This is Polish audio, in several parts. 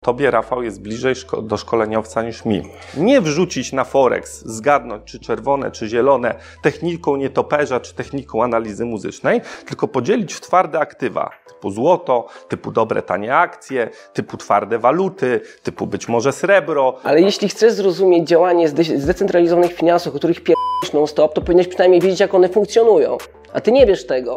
Tobie, Rafał, jest bliżej do szkoleniowca niż mi. Nie wrzucić na Forex, zgadnąć czy czerwone, czy zielone, techniką nietoperza, czy techniką analizy muzycznej, tylko podzielić w twarde aktywa, typu złoto, typu dobre, tanie akcje, typu twarde waluty, typu być może srebro. Ale jeśli chcesz zrozumieć działanie zdecentralizowanych finansów, o których pierdolisz non-stop, to powinieneś przynajmniej wiedzieć, jak one funkcjonują. A ty nie wiesz tego.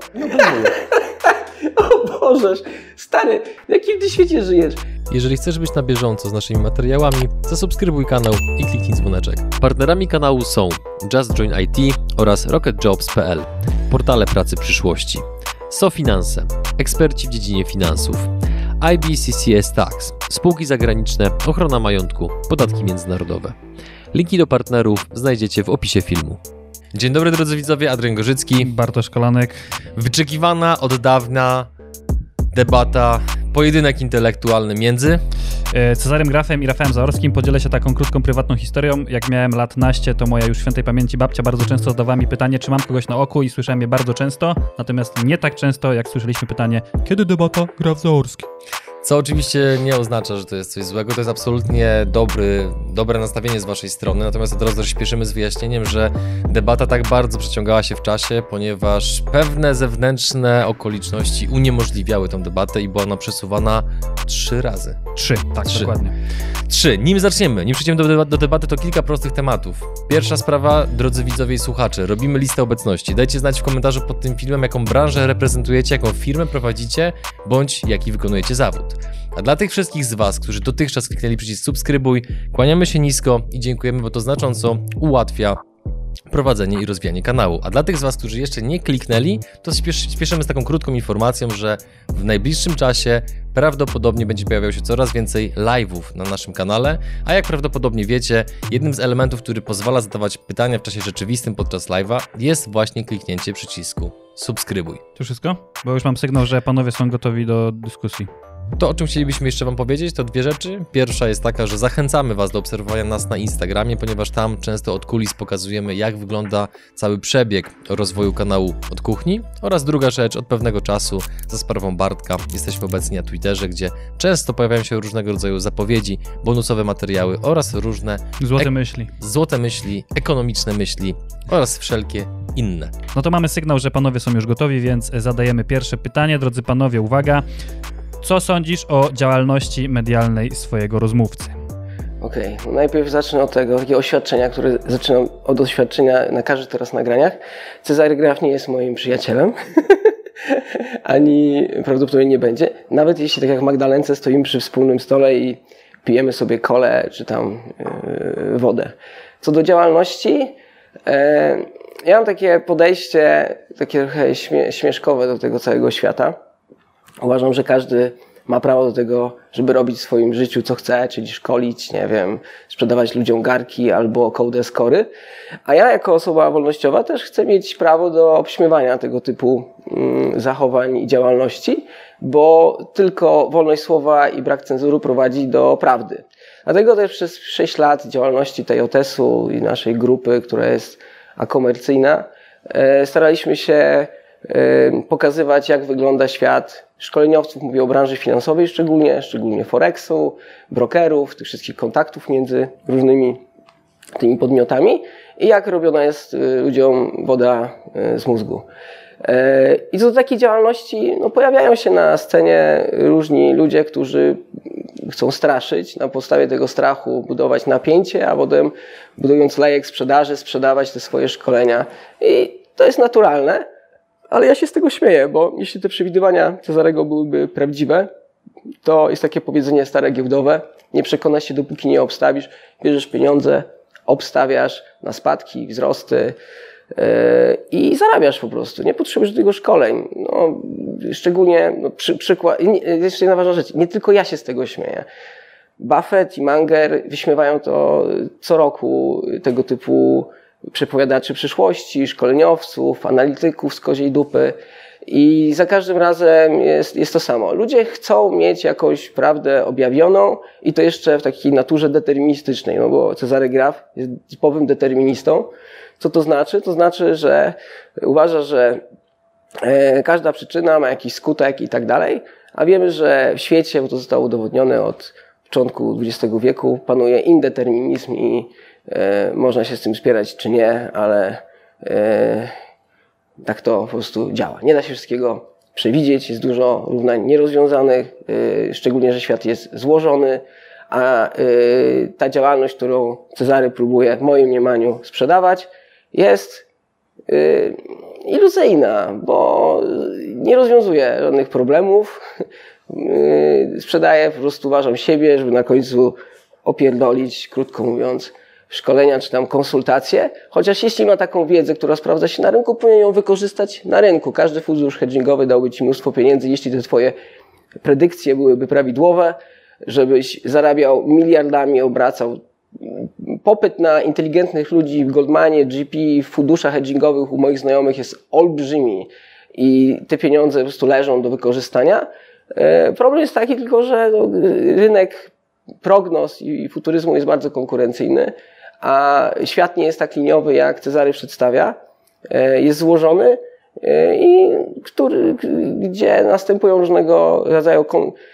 O Bożeż, stary, w jakim ty świecie żyjesz? Jeżeli chcesz być na bieżąco z naszymi materiałami, zasubskrybuj kanał i kliknij dzwoneczek. Partnerami kanału są Just Join IT oraz RocketJobs.pl, portale pracy przyszłości, SoFinanse, eksperci w dziedzinie finansów, IBCCS Tax, spółki zagraniczne, ochrona majątku, podatki międzynarodowe. Linki do partnerów znajdziecie w opisie filmu. Dzień dobry drodzy widzowie, Adrian Gorzycki, Bartosz Kolanek. Wyczekiwana od dawna debata, pojedynek intelektualny między Cezarym Grafem i Rafałem Zaorskim. Podzielę się taką krótką, prywatną historią. Jak miałem lat naście, to moja już świętej pamięci babcia bardzo często zadawała mi pytanie, czy mam kogoś na oku, i słyszałem je bardzo często, natomiast nie tak często, jak słyszeliśmy pytanie, kiedy debata Graf Zaorski? Co oczywiście nie oznacza, że to jest coś złego, to jest absolutnie dobre nastawienie z waszej strony, natomiast od razu śpieszymy z wyjaśnieniem, że debata tak bardzo przeciągała się w czasie, ponieważ pewne zewnętrzne okoliczności uniemożliwiały tę debatę i była ona przesuwana 3 razy. 3, tak, dokładnie. 3. Nim zaczniemy, nim przejdziemy do debaty, to kilka prostych tematów. Pierwsza sprawa, drodzy widzowie i słuchacze, robimy listę obecności. Dajcie znać w komentarzu pod tym filmem, jaką branżę reprezentujecie, jaką firmę prowadzicie, bądź jaki wykonujecie zawód. A dla tych wszystkich z was, którzy dotychczas kliknęli przycisk subskrybuj, kłaniamy się nisko i dziękujemy, bo to znacząco ułatwia prowadzenie i rozwijanie kanału. A dla tych z was, którzy jeszcze nie kliknęli, to śpieszymy z taką krótką informacją, że w najbliższym czasie prawdopodobnie będzie pojawiało się coraz więcej live'ów na naszym kanale, a jak prawdopodobnie wiecie, jednym z elementów, który pozwala zadawać pytania w czasie rzeczywistym podczas live'a, jest właśnie kliknięcie przycisku subskrybuj. To wszystko? Bo już mam sygnał, że panowie są gotowi do dyskusji. To, o czym chcielibyśmy jeszcze wam powiedzieć, to 2 rzeczy. Pierwsza jest taka, że zachęcamy was do obserwowania nas na Instagramie, ponieważ tam często od kulis pokazujemy, jak wygląda cały przebieg rozwoju kanału od kuchni. Oraz druga rzecz, od pewnego czasu za sprawą Bartka jesteśmy obecni na Twitterze, gdzie często pojawiają się różnego rodzaju zapowiedzi, bonusowe materiały oraz różne złote myśli, ekonomiczne myśli oraz wszelkie inne. No to mamy sygnał, że panowie są już gotowi, więc zadajemy pierwsze pytanie. Drodzy panowie, uwaga. Co sądzisz o działalności medialnej swojego rozmówcy? Okej, no najpierw zacznę od takiego oświadczenia, które zaczynam od oświadczenia na każdych teraz nagraniach. Cezary Graf nie jest moim przyjacielem, ani prawdopodobnie nie będzie. Nawet jeśli tak jak w Magdalence stoimy przy wspólnym stole i pijemy sobie kolę czy tam wodę. Co do działalności, ja mam takie podejście, takie trochę śmieszkowe do tego całego świata. Uważam, że każdy ma prawo do tego, żeby robić w swoim życiu co chce, czyli szkolić, nie wiem, sprzedawać ludziom garki albo kołdę skory. A ja jako osoba wolnościowa też chcę mieć prawo do obśmiewania tego typu zachowań i działalności, bo tylko wolność słowa i brak cenzury prowadzi do prawdy. Dlatego też przez 6 lat działalności TJS-u i naszej grupy, która jest akomercyjna, staraliśmy się pokazywać, jak wygląda świat szkoleniowców, mówię o branży finansowej szczególnie Forexu, brokerów, tych wszystkich kontaktów między różnymi tymi podmiotami i jak robiona jest ludziom woda z mózgu. I co do takiej działalności, no pojawiają się na scenie różni ludzie, którzy chcą straszyć, na podstawie tego strachu budować napięcie, a potem budując lejek sprzedaży, sprzedawać te swoje szkolenia. I to jest naturalne. Ale ja się z tego śmieję, bo jeśli te przewidywania Cezarego byłyby prawdziwe, to jest takie powiedzenie stare giełdowe, nie przekonasz się, dopóki nie obstawisz, bierzesz pieniądze, obstawiasz na spadki, wzrosty i zarabiasz po prostu. Nie potrzebujesz do tego szkoleń. No, szczególnie, przykład, jeszcze jedna ważna rzecz, nie tylko ja się z tego śmieję. Buffett i Munger wyśmiewają to co roku, tego typu przepowiadaczy przyszłości, szkoleniowców, analityków z koziej dupy i za każdym razem jest to samo. Ludzie chcą mieć jakąś prawdę objawioną i to jeszcze w takiej naturze deterministycznej, no bo Cezary Graf jest typowym deterministą. Co to znaczy? To znaczy, że uważa, że każda przyczyna ma jakiś skutek i tak dalej, a wiemy, że w świecie, bo to zostało udowodnione od początku XX wieku panuje indeterminizm i można się z tym spierać czy nie, ale tak to po prostu działa. Nie da się wszystkiego przewidzieć, jest dużo równań nierozwiązanych, szczególnie, że świat jest złożony, a ta działalność, którą Cezary próbuje w moim mniemaniu sprzedawać, jest iluzyjna, bo nie rozwiązuje żadnych problemów. Sprzedaje po prostu, uważam, siebie, żeby na końcu opierdolić, krótko mówiąc, szkolenia czy tam konsultacje. Chociaż jeśli ma taką wiedzę, która sprawdza się na rynku, powinien ją wykorzystać na rynku. Każdy fundusz hedgingowy dałby ci mnóstwo pieniędzy, jeśli te twoje predykcje byłyby prawidłowe, żebyś zarabiał miliardami, obracał. Popyt na inteligentnych ludzi w Goldmanie, GP, w funduszach hedgingowych u moich znajomych jest olbrzymi i te pieniądze po prostu leżą do wykorzystania. Problem jest taki tylko, że rynek prognoz i futuryzmu jest bardzo konkurencyjny, a świat nie jest tak liniowy, jak Cezary przedstawia. Jest złożony i gdzie następują różnego rodzaju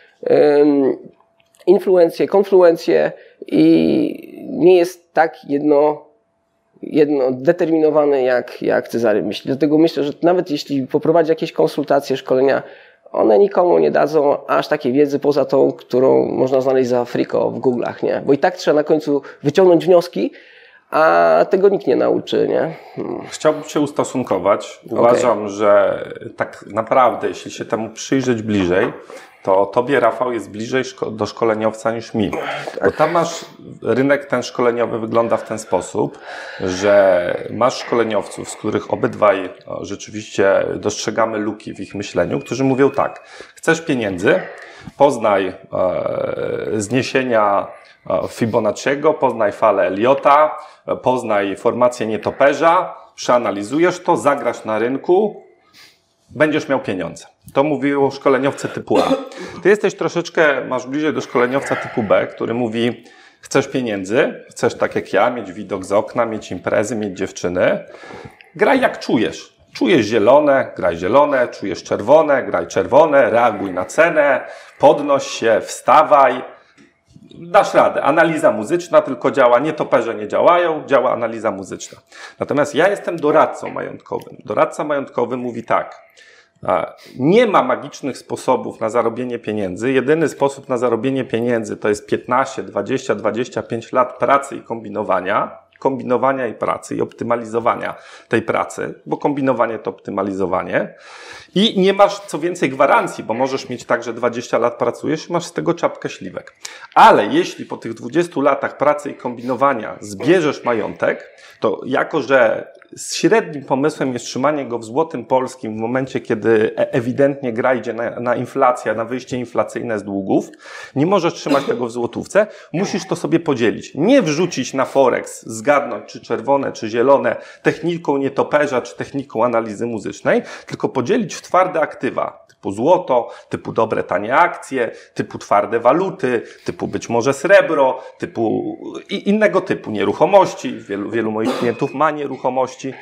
influencje, konfluencje i nie jest tak jedno determinowane, jak Cezary myśli. Dlatego myślę, że nawet jeśli poprowadzi jakieś konsultacje, szkolenia, one nikomu nie dadzą aż takiej wiedzy poza tą, którą można znaleźć za friko w Google'ach, nie? Bo i tak trzeba na końcu wyciągnąć wnioski, a tego nikt nie nauczy, nie? Chciałbym się ustosunkować. Uważam, że tak naprawdę, jeśli się temu przyjrzeć bliżej, to tobie, Rafał, jest bliżej do szkoleniowca niż mi. Bo tam masz, rynek ten szkoleniowy wygląda w ten sposób, że masz szkoleniowców, z których obydwaj rzeczywiście dostrzegamy luki w ich myśleniu, którzy mówią tak: chcesz pieniędzy, poznaj zniesienia Fibonacciego, poznaj falę Elliotta, poznaj formację nietoperza, przeanalizujesz to, zagrasz na rynku, będziesz miał pieniądze. To mówią szkoleniowcy typu A. Ty jesteś troszeczkę, masz bliżej do szkoleniowca typu B, który mówi: chcesz pieniędzy, chcesz tak jak ja, mieć widok z okna, mieć imprezy, mieć dziewczyny. Graj jak czujesz. Czujesz zielone, graj zielone, czujesz czerwone, graj czerwone, reaguj na cenę, podnoś się, wstawaj. Dasz radę. Analiza muzyczna tylko działa, nietoperze nie działają, działa analiza muzyczna. Natomiast ja jestem doradcą majątkowym. Doradca majątkowy mówi tak: nie ma magicznych sposobów na zarobienie pieniędzy. Jedyny sposób na zarobienie pieniędzy to jest 15, 20, 25 lat pracy i kombinowania i pracy i optymalizowania tej pracy, bo kombinowanie to optymalizowanie. I nie masz co więcej gwarancji, bo możesz mieć tak, że 20 lat pracujesz i masz z tego czapkę śliwek. Ale jeśli po tych 20 latach pracy i kombinowania zbierzesz majątek, to jako że z średnim pomysłem jest trzymanie go w złotym polskim w momencie, kiedy ewidentnie gra idzie na inflację, na wyjście inflacyjne z długów, nie możesz trzymać tego w złotówce, musisz to sobie podzielić. Nie wrzucić na Forex, zgadnąć czy czerwone, czy zielone, techniką nietoperza, czy techniką analizy muzycznej, tylko podzielić w twarde aktywa, typu złoto, typu dobre, tanie akcje, typu twarde waluty, typu być może srebro, typu i innego typu nieruchomości. Wielu moich klientów ma nieruchomości.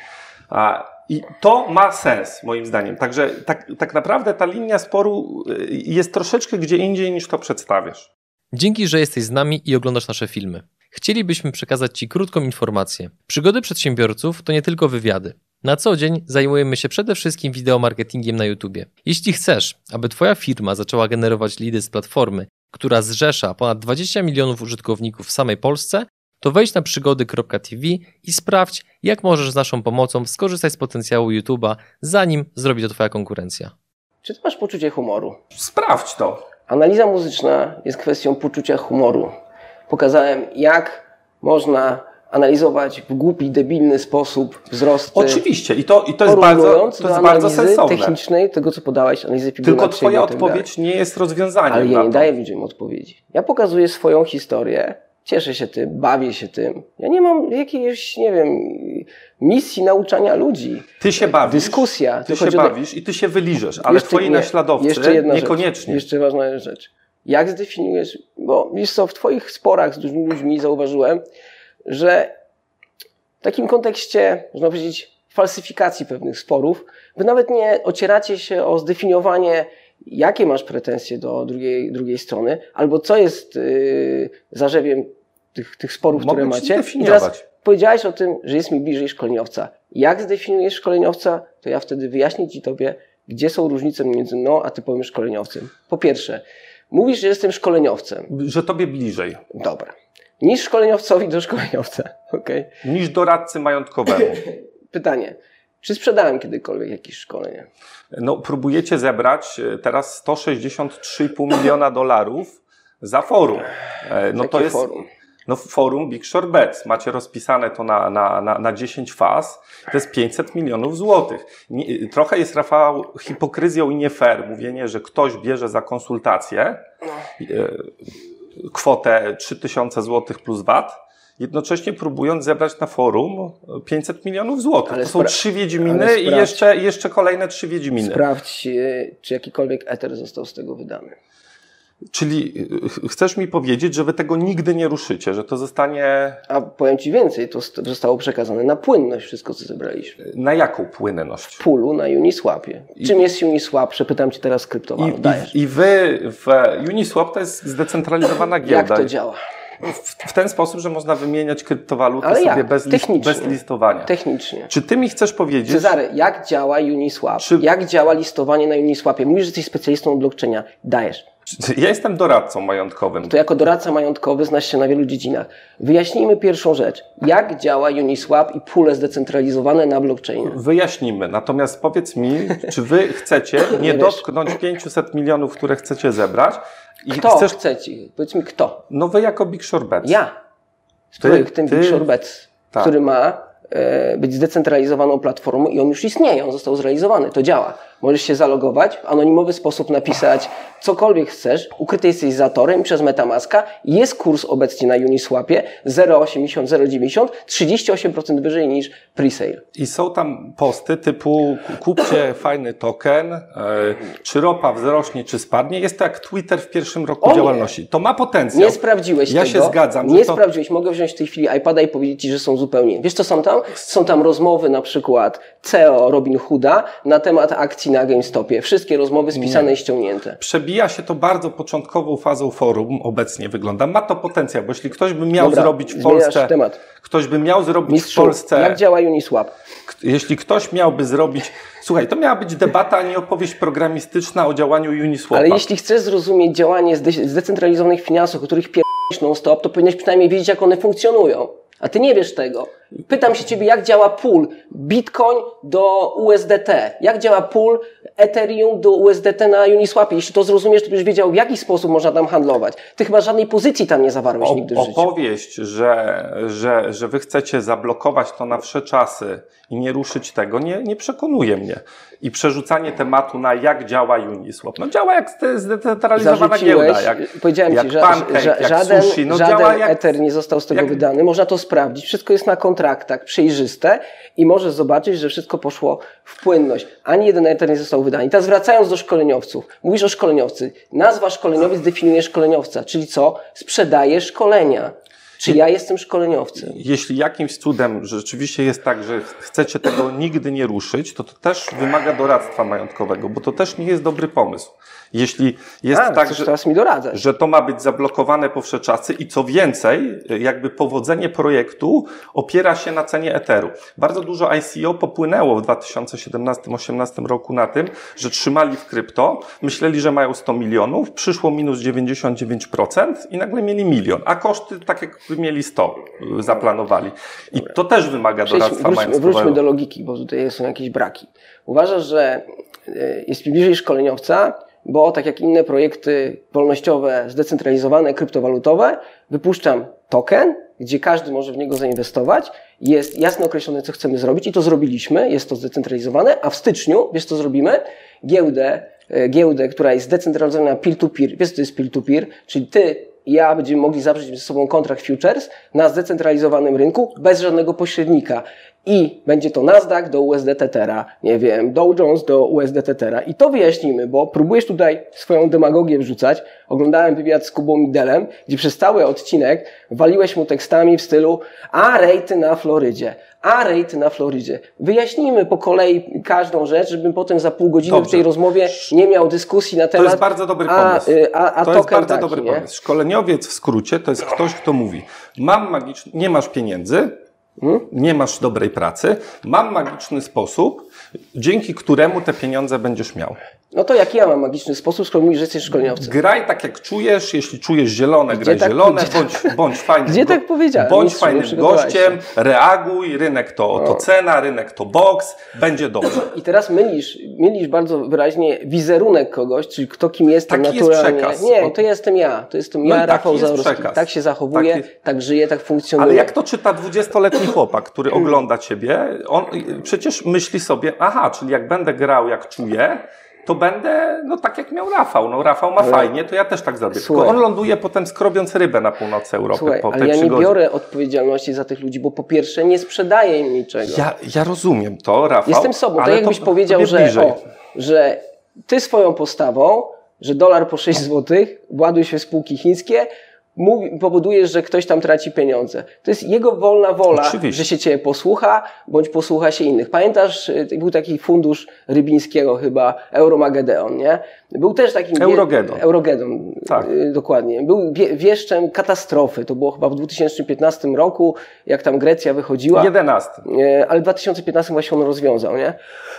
I to ma sens, moim zdaniem. Także tak naprawdę ta linia sporu jest troszeczkę gdzie indziej niż to przedstawiasz. Dzięki, że jesteś z nami i oglądasz nasze filmy. Chcielibyśmy przekazać Ci krótką informację. Przygody przedsiębiorców to nie tylko wywiady. Na co dzień zajmujemy się przede wszystkim wideomarketingiem na YouTubie. Jeśli chcesz, aby Twoja firma zaczęła generować lidy z platformy, która zrzesza ponad 20 milionów użytkowników w samej Polsce, to wejdź na przygody.tv i sprawdź, jak możesz z naszą pomocą skorzystać z potencjału YouTube'a, zanim zrobi to Twoja konkurencja. Czy ty masz poczucie humoru? Sprawdź to. Analiza muzyczna jest kwestią poczucia humoru. Pokazałem, jak można analizować w głupi, debilny sposób wzrosty. Oczywiście i to jest bardzo sensowne. Technicznej, tego co podałeś, analizy Fibonacciego. Tylko twoja odpowiedź nie jest rozwiązaniem. Ale ja nie daję ludziom odpowiedzi. Ja pokazuję swoją historię, cieszę się tym, bawię się tym. Ja nie mam jakiejś, nie wiem, misji nauczania ludzi. Ty się bawisz. Dyskusja. Ty się bawisz i ty się wyliżesz, ale twoi naśladowcy niekoniecznie. Jeszcze ważna rzecz. Jak zdefiniujesz, bo wiesz co, w twoich sporach z dużymi ludźmi zauważyłem, że w takim kontekście, można powiedzieć, falsyfikacji pewnych sporów, wy nawet nie ocieracie się o zdefiniowanie jakie masz pretensje do drugiej strony, albo co jest zarzewiem tych sporów, które macie. I teraz powiedziałeś o tym, że jest mi bliżej szkoleniowca. Jak zdefiniujesz szkoleniowca, to ja wtedy wyjaśnię ci tobie, gdzie są różnice między mną a typowym szkoleniowcem. Po pierwsze, mówisz, że jestem szkoleniowcem. Że tobie bliżej. Dobra. Niż szkoleniowcowi do szkoleniowca. Okay. Niż doradcy majątkowemu. Pytanie. Czy sprzedałem kiedykolwiek jakieś szkolenie? No, próbujecie zebrać teraz $163,5 miliona za forum. No jakie to jest forum? No, forum Big Short Bets. Macie rozpisane to na 10 faz. To jest 500 milionów złotych. Trochę jest, Rafał, hipokryzją i nie fair mówienie, że ktoś bierze za konsultację kwotę 3000 zł plus VAT, jednocześnie próbując zebrać na forum 500 milionów złotych. To są 3 Wiedźminy i jeszcze kolejne 3 Wiedźminy. Sprawdź, czy jakikolwiek ether został z tego wydany. Czyli chcesz mi powiedzieć, że wy tego nigdy nie ruszycie, że to zostanie... A powiem ci więcej, to zostało przekazane na płynność wszystko, co zebraliśmy. Na jaką płynność? W poolu na Uniswapie. Czym jest Uniswap? Przepytam cię teraz kryptowalut. I wy w Uniswap to jest zdecentralizowana giełda. Jak to działa? W ten sposób, że można wymieniać kryptowaluty sobie bez listowania. Technicznie. Czy ty mi chcesz powiedzieć... Cezary, jak działa Uniswap? Jak działa listowanie na Uniswapie? Mówisz, że jesteś specjalistą od blockchaina. Dajesz. Ja jestem doradcą majątkowym. To jako doradca majątkowy znasz się na wielu dziedzinach. Wyjaśnijmy pierwszą rzecz. Jak działa Uniswap i pule zdecentralizowane na blockchainie? Wyjaśnimy. Natomiast powiedz mi, czy wy chcecie nie dotknąć 500 milionów, które chcecie zebrać? I kto chcecie? Powiedz mi kto? No wy jako Big Short Bets. Ja. Z projektem Big Short Bets, tak, który ma być zdecentralizowaną platformą i on już istnieje, on został zrealizowany, to działa. Możesz się zalogować, w anonimowy sposób napisać cokolwiek chcesz, ukryty jesteś za torem przez MetaMaska, jest kurs obecnie na Uniswapie 0,80, 0,90, 38% wyżej niż pre-sale. I są tam posty typu kupcie fajny token, czy ropa wzrośnie, czy spadnie. Jest to jak Twitter w pierwszym roku działalności. To ma potencjał. Nie sprawdziłeś tego. Ja się zgadzam. Nie sprawdziłeś. Mogę wziąć w tej chwili iPada i powiedzieć ci, że są zupełnie... Wiesz co są tam? Są tam rozmowy na przykład CEO Robin Hooda na temat akcji na GameStopie. Wszystkie rozmowy spisane i ściągnięte. Przebija się to bardzo początkową fazą forum, obecnie wygląda. Ma to potencjał, bo jeśli ktoś by miał zrobić w Polsce... Ktoś by miał zrobić w Polsce... Jak działa Uniswap? Jeśli ktoś miałby zrobić... Słuchaj, to miała być debata, a nie opowieść programistyczna o działaniu Uniswapa. Ale jeśli chcesz zrozumieć działanie zdecentralizowanych finansów, o których pierdolisz non-stop, to powinieneś przynajmniej wiedzieć, jak one funkcjonują. A ty nie wiesz tego. Pytam się ciebie, jak działa pool Bitcoin do USDT? Jak działa pool Ethereum do USDT na Uniswapie? Jeśli to zrozumiesz, to byś wiedział, w jaki sposób można tam handlować. Ty chyba żadnej pozycji tam nie zawarłeś nigdy w życiu. Opowieść, że wy chcecie zablokować to na wsze czasy i nie ruszyć tego, nie przekonuje mnie. I przerzucanie tematu na jak działa Uniswap. No działa jak zdecentralizowana giełda. Powiedziałem ci, że żaden Ether nie został z tego wydany. Można to sprawdzić. Wszystko jest na kontraktach, przejrzyste i możesz zobaczyć, że wszystko poszło w płynność. Ani jeden Ether nie został wydany. I teraz wracając do szkoleniowców. Mówisz o szkoleniowcy. Nazwa szkoleniowiec definiuje szkoleniowca. Czyli co? Sprzedaje szkolenia. Czy ja jestem szkoleniowcem? Jeśli jakimś cudem rzeczywiście jest tak, że chcecie tego nigdy nie ruszyć, to też wymaga doradztwa majątkowego, bo to też nie jest dobry pomysł. Jeśli jest tak, że to ma być zablokowane po wsze czasy i co więcej, jakby powodzenie projektu opiera się na cenie Etheru. Bardzo dużo ICO popłynęło w 2017-2018 roku na tym, że trzymali w krypto, myśleli, że mają 100 milionów, przyszło minus 99% i nagle mieli 1 milion, a koszty tak jakby mieli 100 zaplanowali. I to też wymaga doradztwa majątkowego. Wróćmy do logiki, bo tutaj są jakieś braki. Uważasz, że jest mi bliżej szkoleniowca, bo tak jak inne projekty wolnościowe, zdecentralizowane, kryptowalutowe, wypuszczam token, gdzie każdy może w niego zainwestować, jest jasno określone, co chcemy zrobić i to zrobiliśmy, jest to zdecentralizowane, a w styczniu, wiesz co zrobimy? Giełdę, która jest zdecentralizowana peer-to-peer, wiesz co to jest peer-to-peer, czyli ty i ja będziemy mogli zawrzeć ze sobą kontrakt futures na zdecentralizowanym rynku bez żadnego pośrednika. I będzie to Nasdaq do USD Tethera, nie wiem, Dow Jones do USD Tethera. I to wyjaśnimy, bo próbujesz tutaj swoją demagogię wrzucać. Oglądałem wywiad z Kubą Midelem, gdzie przez cały odcinek waliłeś mu tekstami w stylu rejty na Florydzie, a rejty na Florydzie. Wyjaśnijmy po kolei każdą rzecz, żebym potem za pół godziny w tej rozmowie nie miał dyskusji na temat. To jest bardzo dobry pomysł. To jest bardzo dobry pomysł. Szkoleniowiec w skrócie to jest ktoś, kto mówi: nie masz pieniędzy, nie masz dobrej pracy, mam magiczny sposób, dzięki któremu te pieniądze będziesz miał. No to jaki ja mam magiczny sposób, skoro mówisz, że jesteś szkoleniowcem? Graj tak jak czujesz, jeśli czujesz zielone, graj zielone, bądź fajnym, gdzie tak powiedziałem? Bądź fajnym gościem, reaguj, rynek to cena, rynek to boks, będzie dobrze. I teraz mylisz bardzo wyraźnie wizerunek kogoś, czyli kto kim jestem naturalnie. Jest przekaz. Nie, to jestem ja, Rafał Zaorski. Tak się zachowuję, tak żyję, tak funkcjonuję. Ale jak to czyta 20-letni chłopak, który ogląda ciebie, on przecież myśli sobie, aha, czyli jak będę grał jak czuję, to będę, tak jak miał Rafał. No Rafał ma fajnie, to ja też tak zrobię. Tylko on ląduje potem skrobiąc rybę na północy Europy po tej ale ja przygodzie. nie biorę odpowiedzialności za tych ludzi, bo po pierwsze nie sprzedaję im niczego. Ja rozumiem to, Rafał. Jestem sobą. To jakbyś powiedział, że ty swoją postawą, że dolar po 6 zł, właduj się w spółki chińskie, powodujesz, że ktoś tam traci pieniądze. To jest jego wolna wola, że się ciebie posłucha, bądź posłucha się innych. Pamiętasz, był taki fundusz Rybińskiego chyba, Euromageddon, nie? Był też takim... Eurogedon, tak. Dokładnie. Był wieszczem katastrofy. To było chyba w 2015 roku, jak tam Grecja wychodziła. 11. Ale w 2015 właśnie on rozwiązał, nie?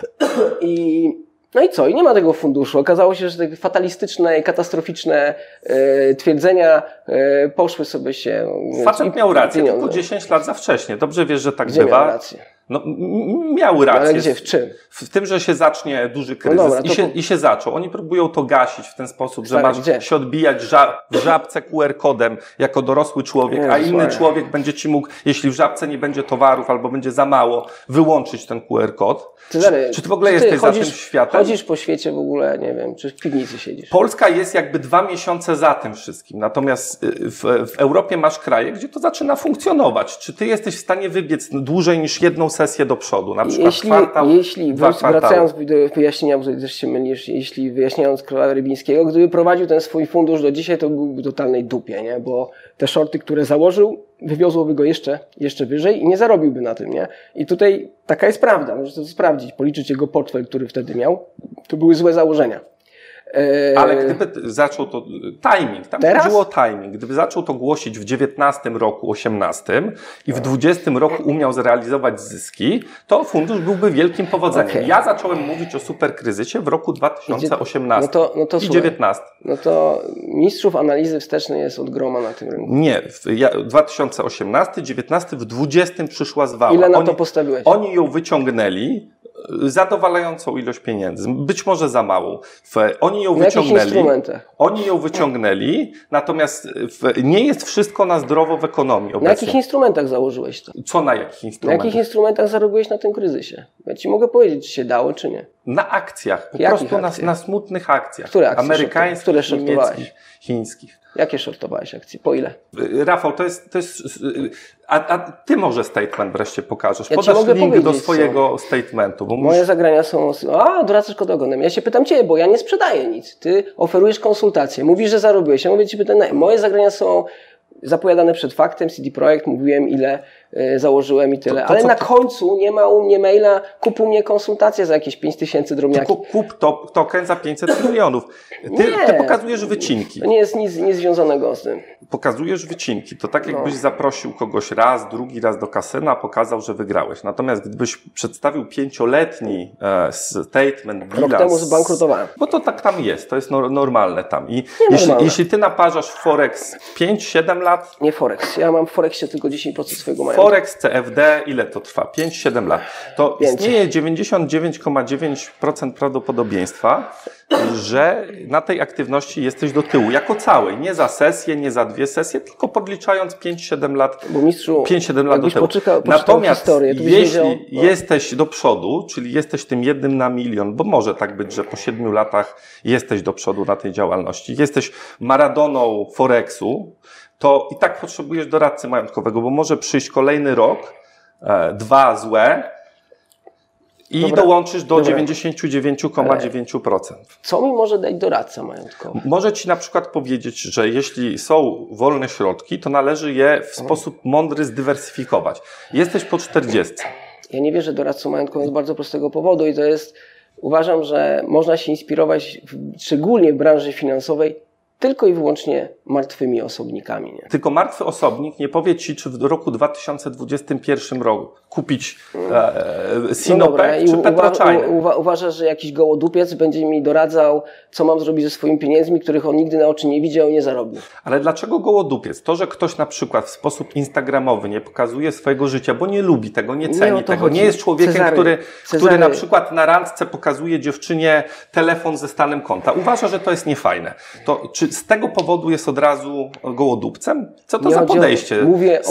No i co? I nie ma tego funduszu. Okazało się, że te fatalistyczne i katastroficzne twierdzenia poszły sobie się... Facet miał rację, tylko 10 lat za wcześnie. Dobrze wiesz, że tak Gdzie bywa. miał rację? No, miał rację. Ale gdzie? W czym? W tym, że się zacznie duży kryzys. I się zaczął. Oni próbują to gasić w ten sposób, że masz się odbijać w żabce QR-kodem jako dorosły człowiek, a inny człowiek będzie ci mógł, jeśli w żabce nie będzie towarów albo będzie za mało, wyłączyć ten QR-kod. Czy ty w ogóle jesteś za tym światem? Chodzisz po świecie w ogóle, nie wiem, czy w piwnicy siedzisz? Polska jest jakby 2 miesiące za tym wszystkim. Natomiast w Europie masz kraje, gdzie to zaczyna funkcjonować. Czy ty jesteś w stanie wybiec dłużej niż jedną sesję do przodu? Na przykład wracając do wyjaśnienia, bo też się mylisz, jeśli wyjaśniając Króla Rybińskiego, gdyby prowadził ten swój fundusz do dzisiaj, to byłby w totalnej dupie, nie? Bo te shorty, które założył, wywiozłoby go jeszcze wyżej i nie zarobiłby na tym, nie? I tutaj taka jest prawda, możesz to sprawdzić, policzyć jego portfel, który wtedy miał, to były złe założenia. Ale gdyby zaczął to timing, tam chodziło o timing, gdyby zaczął to głosić w 19 roku, 18 i w 20 roku umiał zrealizować zyski, to fundusz byłby wielkim powodzeniem. Okay. Ja zacząłem mówić o superkryzysie w roku 2018 i 19. No to mistrzów analizy wstecznej jest od groma na tym rynku. Nie, 2018, 19, w 20 przyszła zwała. Ile na to postawiłeś? Oni ją wyciągnęli zadowalającą ilość pieniędzy, być może za małą. Oni ją wyciągnęli, natomiast nie jest wszystko na zdrowo w ekonomii obecnie. Na jakich instrumentach założyłeś to? Co na jakich instrumentach? Na jakich instrumentach zarobiłeś na tym kryzysie? Ja ci mogę powiedzieć, czy się dało, czy nie. Na akcjach, po prostu na smutnych akcjach. Które akcje? Amerykańskich, niemieckich, chińskich. Jakie shortowałeś akcje? Po ile? Rafał, to jest a ty może statement wreszcie pokażesz. Podasz link do swojego statementu. Bo moje zagrania są... Doradcy szkodogonem. Ja się pytam ciebie, bo ja nie sprzedaję nic. Ty oferujesz konsultacje. Mówisz, że zarobiłeś. Ja mówię ci pytanie. Moje zagrania są zapowiadane przed faktem. CD Projekt, mówiłem ile założyłem i tyle. Ale na końcu nie ma u mnie maila, kup u mnie konsultację za jakieś 5000 drobniaki. Kup token za 500 milionów. Ty pokazujesz wycinki. To nie jest nic związanego z tym. Pokazujesz wycinki. To tak jakbyś zaprosił kogoś raz, drugi raz do kasyna, pokazał, że wygrałeś. Natomiast gdybyś przedstawił 5-letni statement, bilans... Rok temu zbankrutowałem. Bo to tak tam jest. To jest normalne tam. I jeśli ty naparzasz Forex 5-7 lat... Nie Forex. Ja mam w Forexie tylko 10% swojego majątku. Forex, CFD, ile to trwa? 5-7 lat. To istnieje 99,9% prawdopodobieństwa, że na tej aktywności jesteś do tyłu, jako całej. Nie za sesję, nie za 2 sesje, tylko podliczając 5-7 lat, bo mistrzu, 5-7 lat do tyłu. Natomiast jeśli jesteś do przodu, czyli jesteś tym 1 na milion, bo może tak być, że po 7 latach jesteś do przodu na tej działalności, jesteś Maradoną Forexu, to i tak potrzebujesz doradcy majątkowego, bo może przyjść kolejny rok, 2 złe I Dobra. dołączysz do Dobra. 99,9%. Co mi może dać doradca majątkowy? Może Ci na przykład powiedzieć, że jeśli są wolne środki, to należy je w sposób mądry zdywersyfikować. Jesteś po 40. Ja nie wierzę doradcą majątkowym z bardzo prostego powodu i to jest, uważam, że można się inspirować, szczególnie w branży finansowej, tylko i wyłącznie martwymi osobnikami. Nie? Tylko martwy osobnik nie powie Ci, czy w roku 2021 roku kupić Sinopec czy Petrochina. Uważasz, że jakiś gołodupiec będzie mi doradzał, co mam zrobić ze swoimi pieniędzmi, których on nigdy na oczy nie widział i nie zarobił. Ale dlaczego gołodupiec? To, że ktoś na przykład w sposób instagramowy nie pokazuje swojego życia, bo nie lubi tego, nie ceni tego, nie jest człowiekiem, który na przykład na randce pokazuje dziewczynie telefon ze stanem konta. Uważa, że to jest niefajne. To czy z tego powodu jest od razu gołodupcem? Co to za podejście? Mówię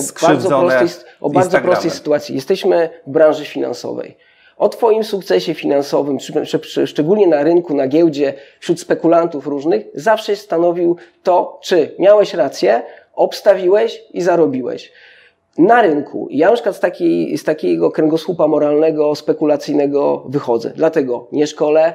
o bardzo prostej sytuacji. Jesteśmy w branży finansowej. O Twoim sukcesie finansowym, szczególnie na rynku, na giełdzie, wśród spekulantów różnych, zawsze stanowił to, czy miałeś rację, obstawiłeś i zarobiłeś. Na rynku, ja na przykład z takiego kręgosłupa moralnego, spekulacyjnego wychodzę. Dlatego nie szkolę,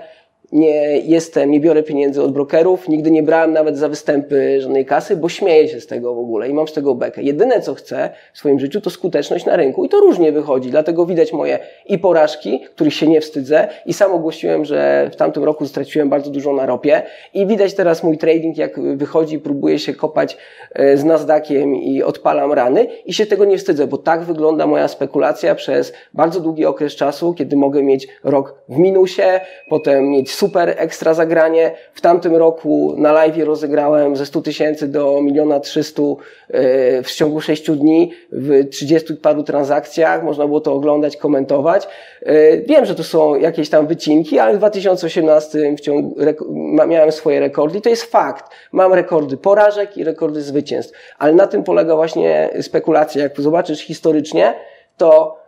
nie biorę pieniędzy od brokerów, nigdy nie brałem nawet za występy żadnej kasy, bo śmieję się z tego w ogóle i mam z tego bekę. Jedyne co chcę w swoim życiu to skuteczność na rynku i to różnie wychodzi, dlatego widać moje i porażki, których się nie wstydzę i sam ogłosiłem, że w tamtym roku straciłem bardzo dużo na ropie i widać teraz mój trading jak wychodzi, próbuję się kopać z Nasdaqiem i odpalam rany i się tego nie wstydzę, bo tak wygląda moja spekulacja przez bardzo długi okres czasu, kiedy mogę mieć rok w minusie, potem mieć super ekstra zagranie. W tamtym roku na live rozegrałem ze 100 000 do 1 300 000 w ciągu 6 dni w 30 paru transakcjach. Można było to oglądać, komentować. Wiem, że to są jakieś tam wycinki, ale w 2018 miałem swoje rekordy i to jest fakt. Mam rekordy porażek i rekordy zwycięstw. Ale na tym polega właśnie spekulacja. Jak zobaczysz historycznie, to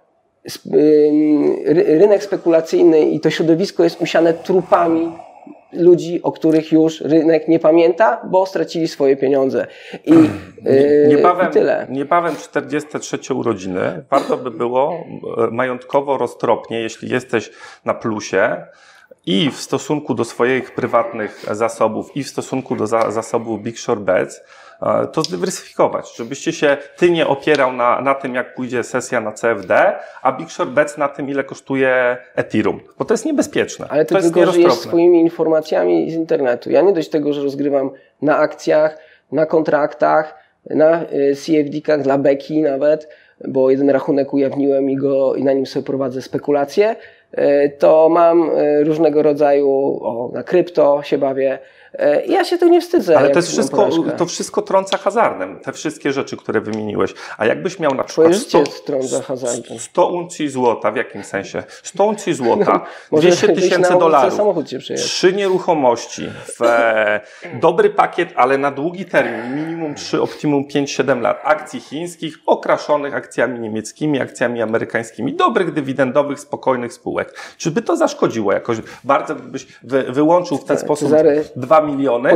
rynek spekulacyjny i to środowisko jest usiane trupami ludzi, o których już rynek nie pamięta, bo stracili swoje pieniądze. I tyle. Niebawem 43 urodziny. Warto by było majątkowo roztropnie, jeśli jesteś na plusie, i w stosunku do swoich prywatnych zasobów, i w stosunku do zasobów Big Short Bets, to zdywersyfikować, żebyście się ty nie opierał na tym, jak pójdzie sesja na CFD, a Big Short Bets na tym, ile kosztuje Ethereum. Bo to jest niebezpieczne. Ale ty tylko żyjesz swoimi informacjami z internetu. Ja nie dość tego, że rozgrywam na akcjach, na kontraktach, na CFD-kach dla beki nawet, bo jeden rachunek ujawniłem i na nim sobie prowadzę spekulacje, to mam różnego rodzaju, na krypto się bawię. Ja się tego nie wstydzę. Ale to wszystko trąca hazardem. Te wszystkie rzeczy, które wymieniłeś. A jakbyś miał na przykład 100 uncji złota, w jakim sensie? 100 uncji złota, $200 000, 3 nieruchomości, dobry pakiet, ale na długi termin, minimum 3, optimum 5-7 lat, akcji chińskich, okraszonych akcjami niemieckimi, akcjami amerykańskimi, dobrych, dywidendowych, spokojnych spółek. Czy by to zaszkodziło jakoś? Bardzo gdybyś wyłączył w ten sposób 2 miliony.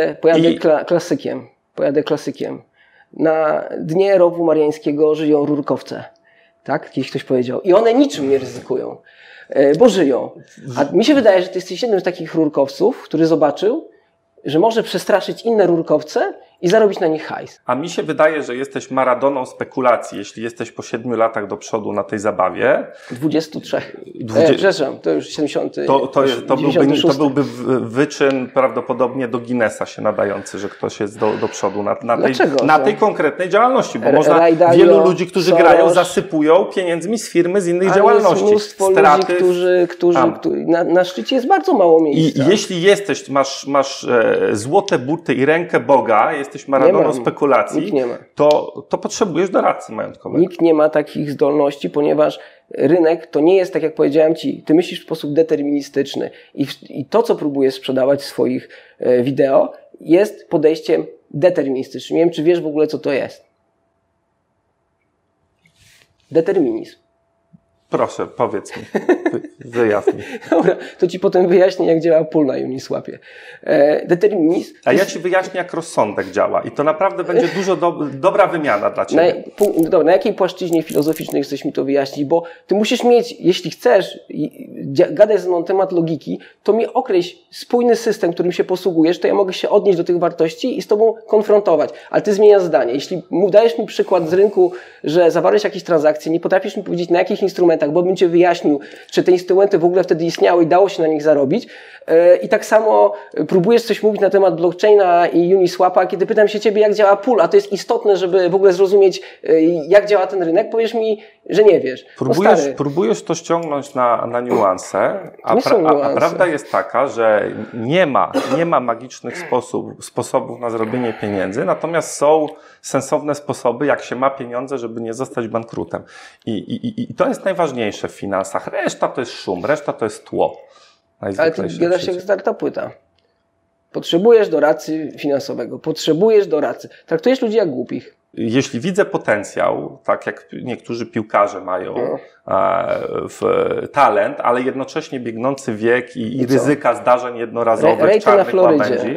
Pojadę klasykiem. Na dnie rowu mariańskiego żyją rurkowce. Tak? Kiedyś ktoś powiedział. I one niczym nie ryzykują, bo żyją. A mi się wydaje, że ty jesteś jednym z takich rurkowców, który zobaczył, że może przestraszyć inne rurkowce i zarobić na nich hajs. A mi się wydaje, że jesteś Maradoną spekulacji, jeśli jesteś po 7 latach do przodu na tej zabawie. 23. Przepraszam, to już 70. To byłby wyczyn prawdopodobnie do Guinnessa się nadający, że ktoś jest do przodu na tej konkretnej działalności, bo wielu ludzi, którzy grają, zasypują pieniędzmi z firmy, z innych działalności. Jest mnóstwo ludzi, którzy na szczycie jest bardzo mało miejsca. I jeśli masz złote buty i rękę Boga, jesteś Maradoną spekulacji, to potrzebujesz doradcy majątkowego. Nikt nie ma takich zdolności, ponieważ rynek to nie jest, tak jak powiedziałem Ci, ty myślisz w sposób deterministyczny i to, co próbujesz sprzedawać w swoich wideo, jest podejściem deterministycznym. Nie wiem, czy wiesz w ogóle, co to jest. Determinizm. Proszę, powiedz mi, wyjaśnij. Dobra, to ci potem wyjaśnię, jak działa pól na Uniswapie. Determinizm... A ja ci wyjaśnię, jak rozsądek działa i to naprawdę będzie dużo dobra wymiana dla ciebie. Na jakiej płaszczyźnie filozoficznej chcesz mi to wyjaśnić? Bo ty musisz mieć, jeśli chcesz gadać ze mną na temat logiki, to mi określ spójny system, którym się posługujesz, to ja mogę się odnieść do tych wartości i z tobą konfrontować. Ale ty zmieniasz zdanie. Jeśli dajesz mi przykład z rynku, że zawarłeś jakieś transakcje, nie potrafisz mi powiedzieć, na jakich instrumentach, bo bym cię wyjaśnił, czy te instrumenty w ogóle wtedy istniały i dało się na nich zarobić. I tak samo próbujesz coś mówić na temat blockchaina i Uniswapa, kiedy pytam się ciebie, jak działa pool, a to jest istotne, żeby w ogóle zrozumieć, jak działa ten rynek, powiesz mi, że nie wiesz. Próbujesz to ściągnąć na niuanse, a prawda jest taka, że nie ma magicznych sposobów na zrobienie pieniędzy, natomiast są sensowne sposoby, jak się ma pieniądze, żeby nie zostać bankrutem. I to jest najważniejsze w finansach. Reszta to jest szum, reszta to jest tło. Ale ty gadasz jak startupyta. Potrzebujesz doradcy finansowego, potrzebujesz doradcy. Traktujesz ludzi jak głupich. Jeśli widzę potencjał, tak jak niektórzy piłkarze mają w talent, ale jednocześnie biegnący wiek i ryzyka zdarzeń jednorazowych, czarnych łabędzi,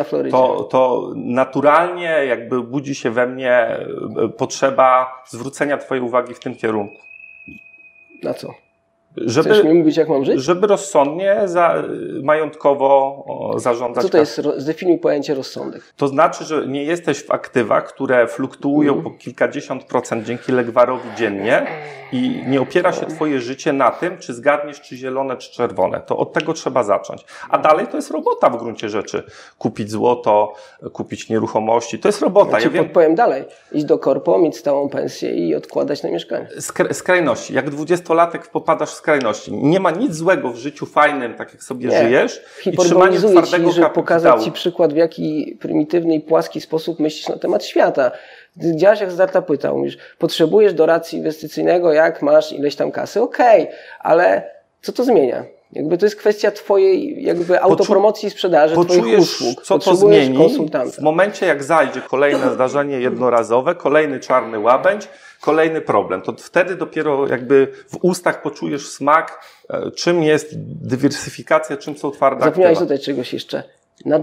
to naturalnie jakby budzi się we mnie potrzeba zwrócenia twojej uwagi w tym kierunku. Na co? Chcesz mi mówić, jak mam żyć? Żeby rozsądnie, majątkowo zarządzać. Co to jest? Zdefiniuj pojęcie rozsądek. To znaczy, że nie jesteś w aktywach, które fluktuują po kilkadziesiąt procent dzięki legwarowi dziennie i nie opiera się twoje życie na tym, czy zgadniesz, czy zielone, czy czerwone. To od tego trzeba zacząć. A dalej to jest robota w gruncie rzeczy. Kupić złoto, kupić nieruchomości. To jest robota. Ja podpowiem dalej. Iść do korpo, mieć stałą pensję i odkładać na mieszkanie. Skrajności. Jak 20-latek popadasz w skrajności. Nie ma nic złego w życiu fajnym, tak jak sobie żyjesz. I trzymanie twardego żeby pokazać ci przykład, w jaki prymitywny i płaski sposób myślisz na temat świata. Ty działasz jak startupyta, mówisz, potrzebujesz doradcy inwestycyjnego, jak masz ileś tam kasy, okej, ale co to zmienia? Jakby to jest kwestia twojej jakby autopromocji i sprzedaży, twoich usług. Co to zmieni w momencie, jak zajdzie kolejne zdarzenie jednorazowe, kolejny czarny łabędź, kolejny problem. To wtedy dopiero jakby w ustach poczujesz smak, czym jest dywersyfikacja, czym są twarde aktywa. Zapomniałeś dodać czegoś jeszcze. Na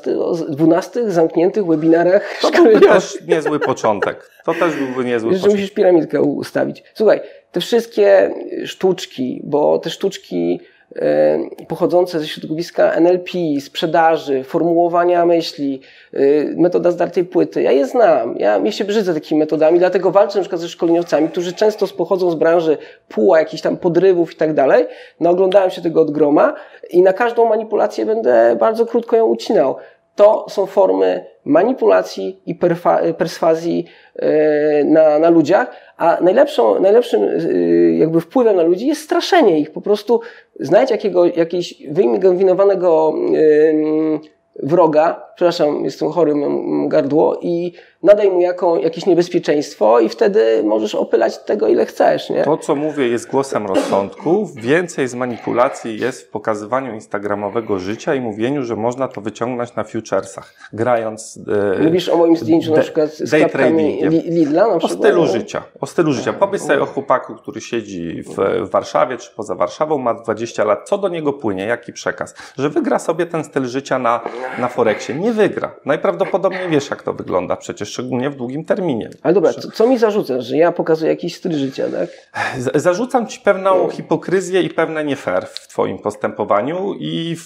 12 zamkniętych webinarach to byłby też niezły początek. To też byłby niezły początek. Musisz piramidkę ustawić. Słuchaj, te wszystkie sztuczki, bo te sztuczki pochodzące ze środowiska NLP, sprzedaży, formułowania myśli, metoda zdartej płyty. Ja je znam. Ja się brzydzę takimi metodami, dlatego walczę na przykład ze szkoleniowcami, którzy często pochodzą z branży puła, jakichś tam podrywów i tak dalej. No, oglądałem się tego od groma i na każdą manipulację będę bardzo krótko ją ucinał. To są formy manipulacji i perswazji na ludziach, a najlepszym jakby wpływem na ludzi jest straszenie ich. Po prostu znajdź jakiegoś wyimaginowanego wroga, przepraszam, jestem chory, mam gardło, i nadaj mu jakieś niebezpieczeństwo i wtedy możesz opylać tego, ile chcesz, nie? To, co mówię, jest głosem rozsądku. Więcej z manipulacji jest w pokazywaniu instagramowego życia i mówieniu, że można to wyciągnąć na futuresach, grając... Mówisz o moim zdjęciu na przykład z klapkami Lidla na przykład? O stylu życia. Pomyśl sobie o chłopaku, który siedzi w Warszawie czy poza Warszawą, ma 20 lat. Co do niego płynie? Jaki przekaz? Że wygra sobie ten styl życia na Forexie. Nie wygra. Najprawdopodobniej wiesz, jak to wygląda przecież, szczególnie w długim terminie. Ale dobra, co mi zarzucasz, że ja pokazuję jakiś styl życia, tak? Zarzucam ci pewną hipokryzję i pewne nie fair w twoim postępowaniu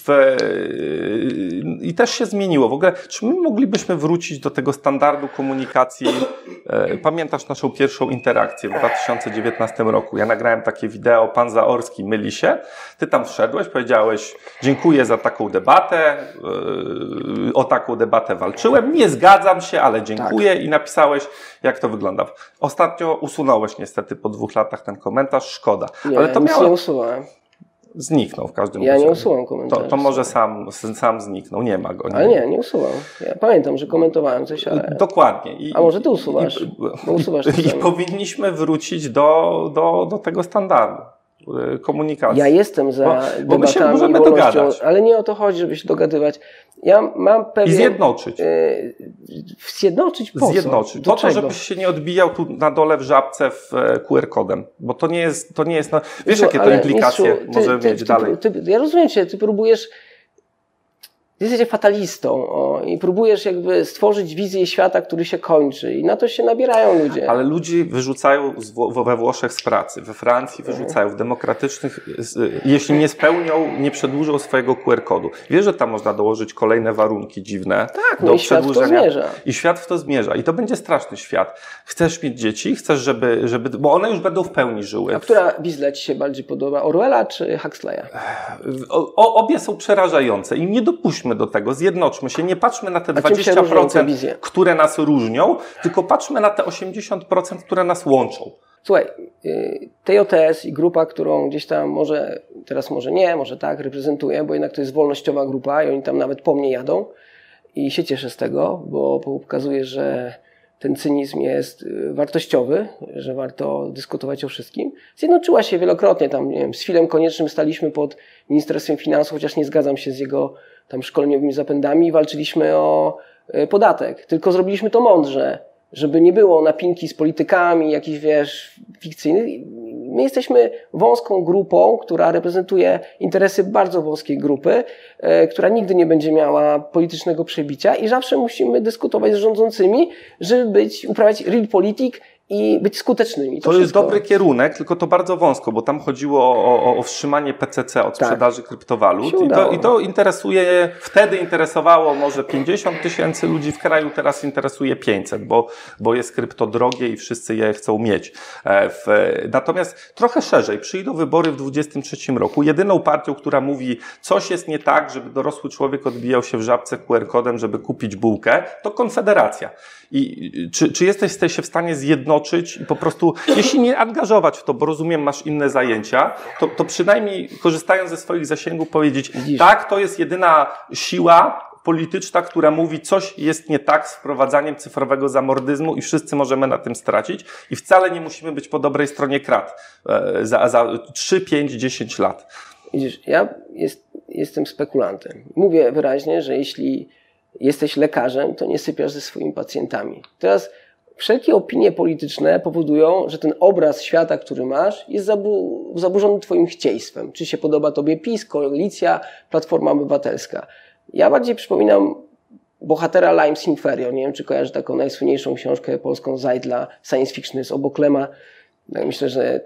i też się zmieniło. W ogóle, czy my moglibyśmy wrócić do tego standardu komunikacji? Pamiętasz naszą pierwszą interakcję w 2019 roku? Ja nagrałem takie wideo, pan Zaorski myli się. Ty tam wszedłeś, powiedziałeś, dziękuję za taką debatę, o taką debatę walczyłem, nie zgadzam się, ale dziękuję, tak. I napisałeś, jak to wygląda. Ostatnio usunąłeś niestety po 2 latach ten komentarz, szkoda. Nie, ale to nie usuwałem. Zniknął w każdym razie. Ja nie usuwam komentarza. To może sam zniknął, nie ma go. Ale nie usuwam. Ja pamiętam, że komentowałem coś, ale... Dokładnie. A może ty usuwasz? Bo usuwasz I powinniśmy wrócić do tego standardu. komunikacji. Ja jestem za bo my się debatami możemy i wolnością, dogadać. ale nie o to chodzi, żeby się dogadywać. Ja mam pewien... I zjednoczyć. Zjednoczyć po co? Zjednoczyć. Do Po to, czego? żebyś się nie odbijał tu na dole w żabce w QR-kodem. Bo to nie jest no, wiesz, jakie to ale implikacje mistrzu, może mieć dalej. Ja rozumiem cię, ty próbujesz... Jesteś fatalistą i próbujesz jakby stworzyć wizję świata, który się kończy i na to się nabierają ludzie. Ale ludzi wyrzucają we Włoszech z pracy, we Francji wyrzucają, w demokratycznych, jeśli nie spełnią, nie przedłużą swojego QR-kodu. Wiesz, że tam można dołożyć kolejne warunki dziwne Tak, do no i świat w to zmierza. I świat w to zmierza. I to będzie straszny świat. Chcesz mieć dzieci, chcesz, żeby bo one już będą w pełni żyły. A która wizja ci się bardziej podoba? Orwella czy Huxleya? Obie są przerażające i nie dopuśćmy do tego, zjednoczmy się, nie patrzmy na te A czym się różnią te 20%, wizje? które nas różnią, tylko patrzmy na te 80%, które nas łączą. Słuchaj, TJS i grupa, którą gdzieś tam teraz może nie, może tak, reprezentuję, bo jednak to jest wolnościowa grupa i oni tam nawet po mnie jadą i się cieszę z tego, bo pokazuje, że ten cynizm jest wartościowy, że warto dyskutować o wszystkim. Zjednoczyła się wielokrotnie tam, nie wiem, z Filem Koniecznym staliśmy pod Ministerstwem Finansów, chociaż nie zgadzam się z jego tam szkoleniowymi zapędami i walczyliśmy o podatek. Tylko zrobiliśmy to mądrze, żeby nie było napinki z politykami, jakichś, wiesz, fikcyjnych. My jesteśmy wąską grupą, która reprezentuje interesy bardzo wąskiej grupy, która nigdy nie będzie miała politycznego przebicia i zawsze musimy dyskutować z rządzącymi, żeby uprawiać realpolitik i być skutecznymi. To jest dobry kierunek, tylko to bardzo wąsko, bo tam chodziło o wstrzymanie PCC od sprzedaży kryptowalut. I to wtedy interesowało może 50 000 ludzi w kraju, teraz interesuje 500, bo jest krypto drogie i wszyscy je chcą mieć. Natomiast trochę szerzej, przyjdą wybory w 2023 roku. Jedyną partią, która mówi, coś jest nie tak, żeby dorosły człowiek odbijał się w żabce QR-kodem, żeby kupić bułkę, to Konfederacja. I czy jesteś się w stanie zjednoczyć i po prostu, jeśli nie angażować w to, bo rozumiem, masz inne zajęcia, to przynajmniej korzystając ze swoich zasięgów powiedzieć, tak, to jest jedyna siła polityczna, która mówi, coś jest nie tak z wprowadzaniem cyfrowego zamordyzmu i wszyscy możemy na tym stracić i wcale nie musimy być po dobrej stronie krat za 3, 5, 10 lat. Widzisz, ja jestem spekulantem. Mówię wyraźnie, że jeśli jesteś lekarzem, to nie sypiasz ze swoimi pacjentami. Teraz wszelkie opinie polityczne powodują, że ten obraz świata, który masz, jest zaburzony twoim chcieństwem. Czy się podoba tobie PiS, Koalicja, Platforma Obywatelska. Ja bardziej przypominam bohatera Limes Inferior. Nie wiem, czy kojarzy taką najsłynniejszą książkę polską Zajdla, science fiction z Oboklema. Myślę, że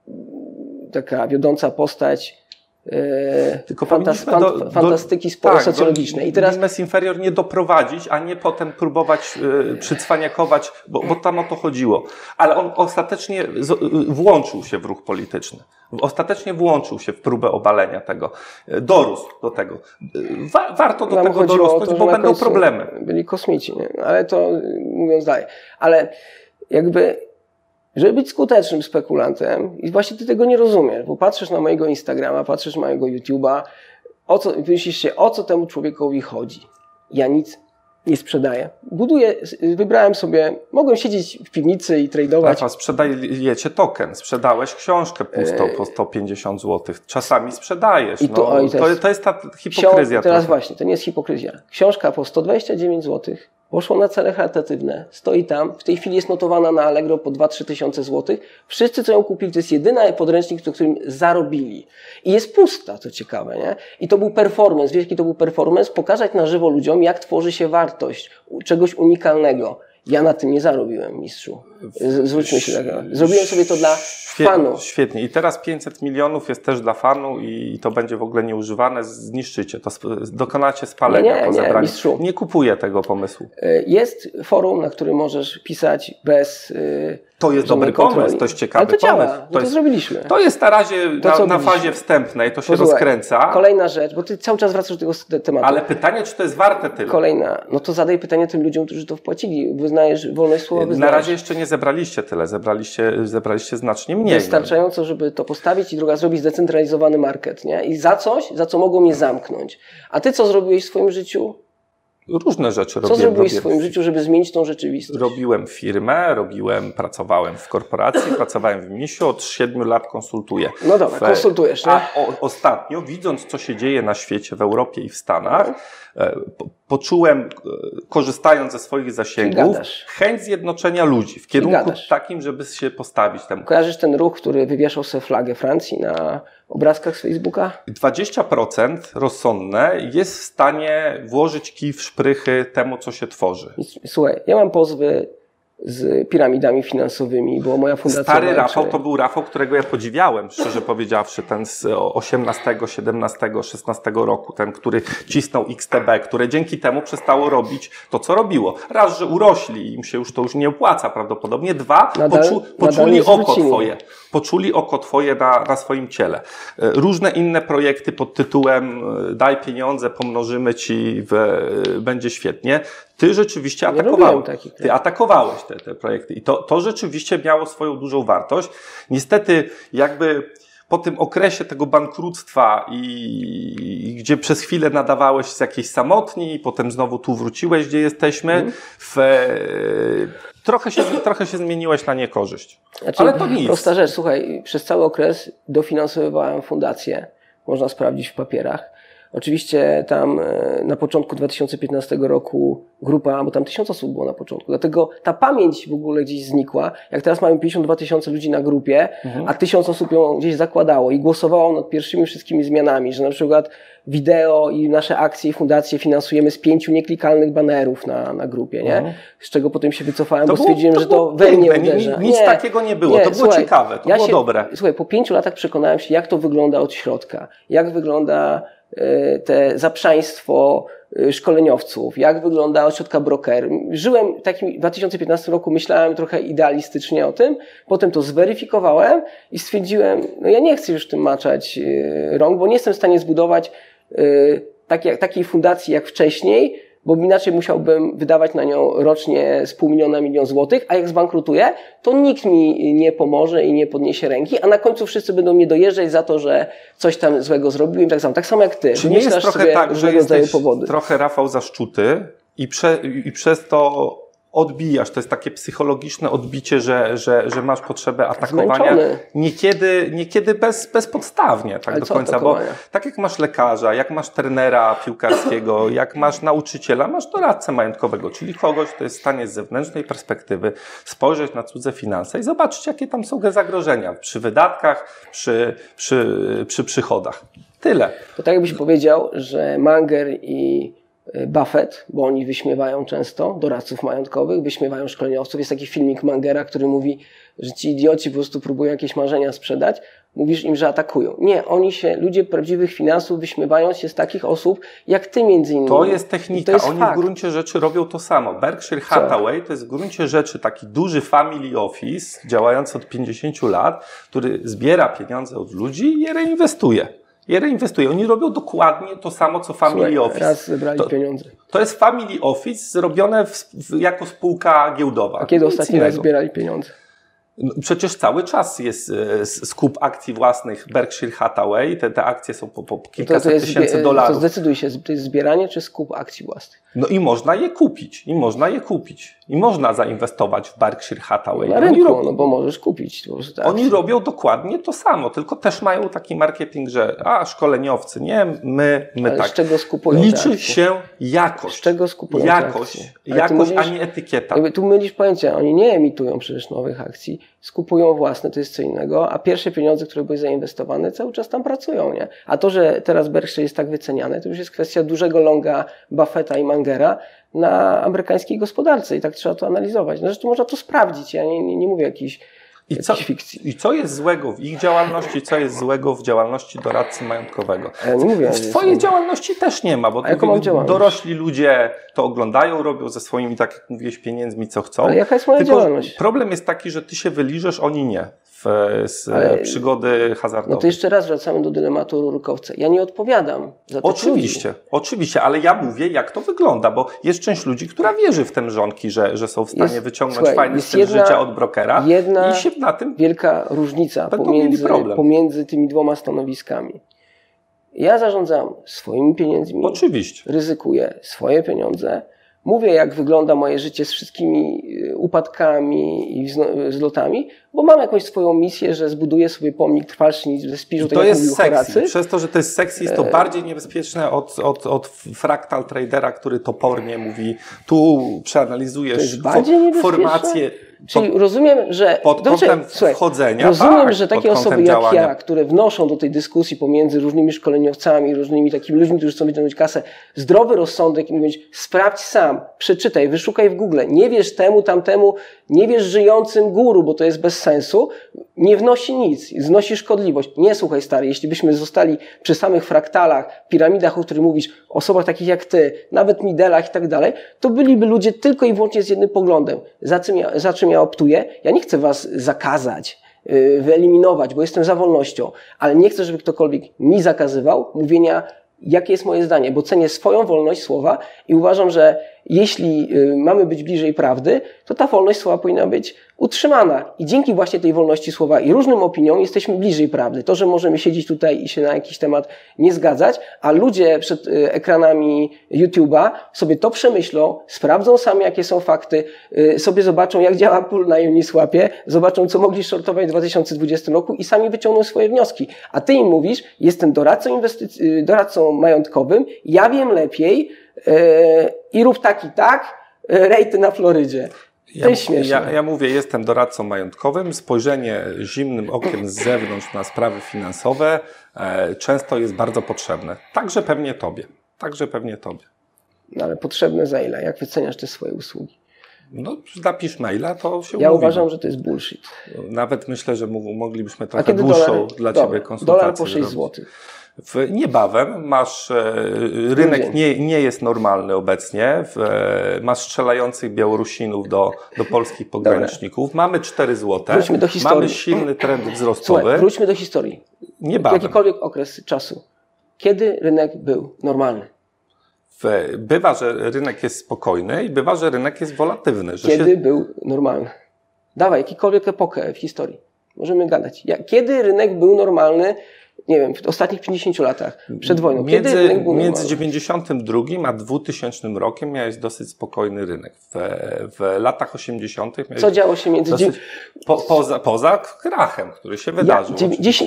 taka wiodąca postać tylko fantastyki socjologicznej. I teraz Limes Inferior nie doprowadzić, a nie potem próbować przycwaniakować, bo tam o to chodziło. Ale on ostatecznie włączył się w ruch polityczny. Ostatecznie włączył się w próbę obalenia tego. Dorósł do tego. Warto do tego dorosnąć, bo będą problemy. Byli kosmici, nie? Ale to mówiąc dalej. Ale jakby żeby być skutecznym spekulantem, i właśnie ty tego nie rozumiesz, bo patrzysz na mojego Instagrama, patrzysz na mojego YouTube'a, myślisz się, o co temu człowiekowi chodzi. Ja nic nie sprzedaję. Wybrałem sobie, mogłem siedzieć w piwnicy i tradeować. Rafa, sprzedajecie token, sprzedałeś książkę pustą po 150 zł. Czasami sprzedajesz. To jest ta hipokryzja. Teraz właśnie, to nie jest hipokryzja. Książka po 129 zł. Poszło na cele charytatywne, stoi tam, w tej chwili jest notowana na Allegro po 2-3 tysiące złotych. Wszyscy, co ją kupili, to jest jedyny podręcznik, na którym zarobili. I jest pusta, co ciekawe, nie? I to był performance, wiesz, jaki to był performance? Pokazać na żywo ludziom, jak tworzy się wartość czegoś unikalnego. Ja na tym nie zarobiłem, mistrzu. Zwróćmy się do tego. Zrobiłem sobie to dla fanu. Świetnie. I teraz 500 milionów jest też dla fanu i to będzie w ogóle nieużywane. Zniszczycie to, dokonacie spalenia po zebraniu. Mistrzu. Nie kupuję tego pomysłu. Jest forum, na którym możesz pisać bez to jest dobry pomysł, to jest ciekawy ale to pomysł. Działa, to zrobiliśmy. To jest na razie na fazie wstępnej, to się rozkręca. Kolejna rzecz, bo ty cały czas wracasz do tego tematu. Ale pytanie, czy to jest warte tyle? Kolejna, no to zadaj pytanie tym ludziom, którzy to wpłacili. Wyznajesz wolność słowa, Na razie jeszcze nie zebraliście tyle, zebraliście znacznie mniej. Wystarczająco, żeby to postawić i druga zrobić zdecentralizowany market, nie? I za coś, za co mogą mnie zamknąć. A ty co zrobiłeś w swoim życiu? Różne rzeczy Co zrobiłeś w swoim życiu, żeby zmienić tą rzeczywistość? Robiłem firmę, pracowałem w korporacji, pracowałem w MIS-u, od 7 lat konsultuję. No dobra, konsultujesz, nie? A ostatnio, widząc co się dzieje na świecie, w Europie i w Stanach, poczułem, korzystając ze swoich zasięgów, chęć zjednoczenia ludzi w kierunku takim, żeby się postawić temu. Kojarzysz ten ruch, który wywieszał sobie flagę Francji na obrazkach z Facebooka? 20% rozsądne jest w stanie włożyć kij w szprychy temu, co się tworzy. Słuchaj, ja mam pozwy z piramidami finansowymi, bo moja fundacja... Stary Rafał to był Rafał, którego ja podziwiałem, szczerze powiedziawszy, ten z 18, 17, 16 roku, ten, który cisnął XTB, które dzięki temu przestało robić to, co robiło. Raz, że urośli i im się już to już nie opłaca prawdopodobnie. Dwa, poczuli oko twoje. Poczuli oko twoje na swoim ciele. Różne inne projekty pod tytułem daj pieniądze, pomnożymy ci, będzie świetnie. Ty rzeczywiście atakowałeś te projekty i to rzeczywiście miało swoją dużą wartość. Niestety jakby po tym okresie tego bankructwa i gdzie przez chwilę nadawałeś z jakiejś samotni i potem znowu tu wróciłeś, gdzie jesteśmy, trochę się zmieniłeś na niekorzyść. Znaczy, ale to nic. Prosta rzecz, słuchaj, przez cały okres dofinansowywałem fundację, można sprawdzić w papierach. Oczywiście tam na początku 2015 roku grupa, bo tam 1000 osób było na początku, dlatego ta pamięć w ogóle gdzieś znikła. Jak teraz mamy 52 000 ludzi na grupie, a 1000 osób ją gdzieś zakładało i głosowało nad pierwszymi wszystkimi zmianami, że na przykład wideo i nasze akcje i fundacje finansujemy z 5 nieklikalnych banerów na grupie, nie? Z czego potem się wycofałem, bo stwierdziłem, że to we mnie uderza. Nic takiego nie było, to było ciekawe, to było dobre. Słuchaj, po 5 latach przekonałem się, jak to wygląda od środka, jak wygląda te zaprzaństwo szkoleniowców, jak wygląda od środka broker. Żyłem takim w 2015 roku, myślałem trochę idealistycznie o tym, potem to zweryfikowałem i stwierdziłem, no ja nie chcę już tym maczać rąk, bo nie jestem w stanie zbudować takiej fundacji jak wcześniej, bo inaczej musiałbym wydawać na nią rocznie z 500 000 1 000 000 złotych, a jak zbankrutuję, to nikt mi nie pomoże i nie podniesie ręki, a na końcu wszyscy będą mnie dojeżdżać za to, że coś tam złego zrobiłem, tak samo jak ty. Czy nie jest trochę tak, że jesteś trochę, Rafał, zaszczuty i przez to odbijasz, to jest takie psychologiczne odbicie, że masz potrzebę atakowania. Niekiedy bezpodstawnie, tak do końca, bo tak jak masz lekarza, jak masz trenera piłkarskiego, jak masz nauczyciela, masz doradcę majątkowego, czyli kogoś, kto jest w stanie z zewnętrznej perspektywy spojrzeć na cudze finanse i zobaczyć, jakie tam są zagrożenia przy wydatkach, przy przychodach. Tyle. To tak jakbyś powiedział, że Munger i Buffett, bo oni wyśmiewają często doradców majątkowych, wyśmiewają szkoleniowców. Jest taki filmik Mungera, który mówi, że ci idioci po prostu próbują jakieś marzenia sprzedać. Mówisz im, że atakują. Nie, ludzie prawdziwych finansów wyśmiewają się z takich osób, jak ty między innymi. To jest technika. Oni w gruncie rzeczy robią to samo. Berkshire Hathaway to jest w gruncie rzeczy taki duży family office, działający od 50 lat, który zbiera pieniądze od ludzi i je reinwestuje. Oni robią dokładnie to samo, co Family Office. Raz zebrali pieniądze. To jest Family Office zrobione jako spółka giełdowa. A kiedy ostatni raz zbierali pieniądze? No, przecież cały czas jest skup akcji własnych Berkshire Hathaway. Te akcje są po kilkaset tysięcy dolarów. To zdecyduj się, to jest zbieranie czy skup akcji własnych? No i można je kupić. I można zainwestować w Berkshire Hathaway. Na rynku, bo możesz kupić. Oni robią dokładnie to samo, tylko też mają taki marketing, że szkoleniowcy, nie, my ale tak. Z czego skupują liczy się jakość. Z czego skupują jakość, a nie etykieta. Tu mylisz pojęcia, oni nie emitują przecież nowych akcji, skupują własne, to jest co innego, a pierwsze pieniądze, które były zainwestowane, cały czas tam pracują, nie? A to, że teraz Berkshire jest tak wyceniane, to już jest kwestia dużego longa Buffetta i Mungera na amerykańskiej gospodarce i tak trzeba to analizować. Zresztą można to sprawdzić, ja nie mówię jakiejś fikcji. I co jest złego w ich działalności, co jest złego w działalności doradcy majątkowego? Ja nie mówię, w twojej działalności też nie ma, bo dorośli ludzie to oglądają, robią ze swoimi, tak jak mówiłeś, pieniędzmi, co chcą. Ale jaka jest moja działalność? Problem jest taki, że ty się wyliżesz, oni nie. Przygody hazardowe. No to jeszcze raz wracamy do dylematu rurkowca. Ja nie odpowiadam za to. Oczywiście, ale ja mówię, jak to wygląda, bo jest część ludzi, która wierzy w te mrzonki, że są w stanie wyciągnąć fajny styl życia od brokera i się na tym wielka różnica pomiędzy tymi dwoma stanowiskami. Ja zarządzam swoimi pieniędzmi. Oczywiście. Ryzykuję swoje pieniądze. Mówię, jak wygląda moje życie z wszystkimi upadkami i zlotami, bo mam jakąś swoją misję, że zbuduję sobie pomnik trwalszy niż ze Spiżu, tak jak mówił Horacy. Sexy. Przez to, że to jest sexy, jest to bardziej niebezpieczne od fractal tradera, który topornie mówi, tu przeanalizujesz formacje. Czyli rozumiem, że... Pod kątem wchodzenia, rozumiem, że takie osoby jak działania. ja, które wnoszą do tej dyskusji pomiędzy różnymi szkoleniowcami, różnymi takimi ludźmi, którzy chcą wyciągnąć kasę, zdrowy rozsądek i mówić, sprawdź sam, przeczytaj, wyszukaj w Google, nie wierz temu, tamtemu, nie wierz żyjącym guru, bo to jest bez sensu, nie wnosi nic, znosi szkodliwość. Nie, słuchaj stary, jeśli byśmy zostali przy samych fraktalach, piramidach, o których mówisz, osobach takich jak ty, nawet Midelach i tak dalej, to byliby ludzie tylko i wyłącznie z jednym poglądem. Za czym ja optuję? Ja nie chcę was zakazać, wyeliminować, bo jestem za wolnością, ale nie chcę, żeby ktokolwiek mi zakazywał mówienia, jakie jest moje zdanie, bo cenię swoją wolność słowa i uważam, że jeśli mamy być bliżej prawdy, to ta wolność słowa powinna być utrzymana. I dzięki właśnie tej wolności słowa i różnym opiniom jesteśmy bliżej prawdy. To, że możemy siedzieć tutaj i się na jakiś temat nie zgadzać, a ludzie przed ekranami YouTube'a sobie to przemyślą, sprawdzą sami, jakie są fakty, sobie zobaczą, jak działa pool na Uniswapie, zobaczą, co mogli shortować w 2020 roku i sami wyciągną swoje wnioski. A ty im mówisz, jestem doradcą majątkowym, ja wiem lepiej, i rób tak i tak, rejty na Florydzie. To jest śmieszne. Ja mówię, jestem doradcą majątkowym, spojrzenie zimnym okiem z zewnątrz na sprawy finansowe często jest bardzo potrzebne. Także pewnie tobie. No ale potrzebne za ile? Jak wyceniasz te swoje usługi? No, napisz maila, to się Ja umówimy. uważam, że to jest bullshit. Nawet myślę, że moglibyśmy trochę dłuższą dla ciebie konsultację dolar po 6 zł. Niebawem masz, rynek nie jest normalny obecnie, masz strzelających Białorusinów do polskich pograniczników, Dobra. mamy 4 złote, Wróćmy do historii. mamy silny trend wzrostowy. Słuchaj, wróćmy do historii. Niebawem. Jakikolwiek okres czasu. Kiedy rynek był normalny? Bywa, że rynek jest spokojny i bywa, że rynek jest wolatywny. Kiedy był normalny? Dawaj, jakikolwiek epokę w historii. Możemy gadać. Kiedy rynek był normalny? Nie wiem, w ostatnich 50 latach, przed wojną. Kiedy rynek był między 92 a 2000 rokiem miałeś dosyć spokojny rynek. W latach 80. miałeś co działo się między... Poza krachem, który się wydarzył.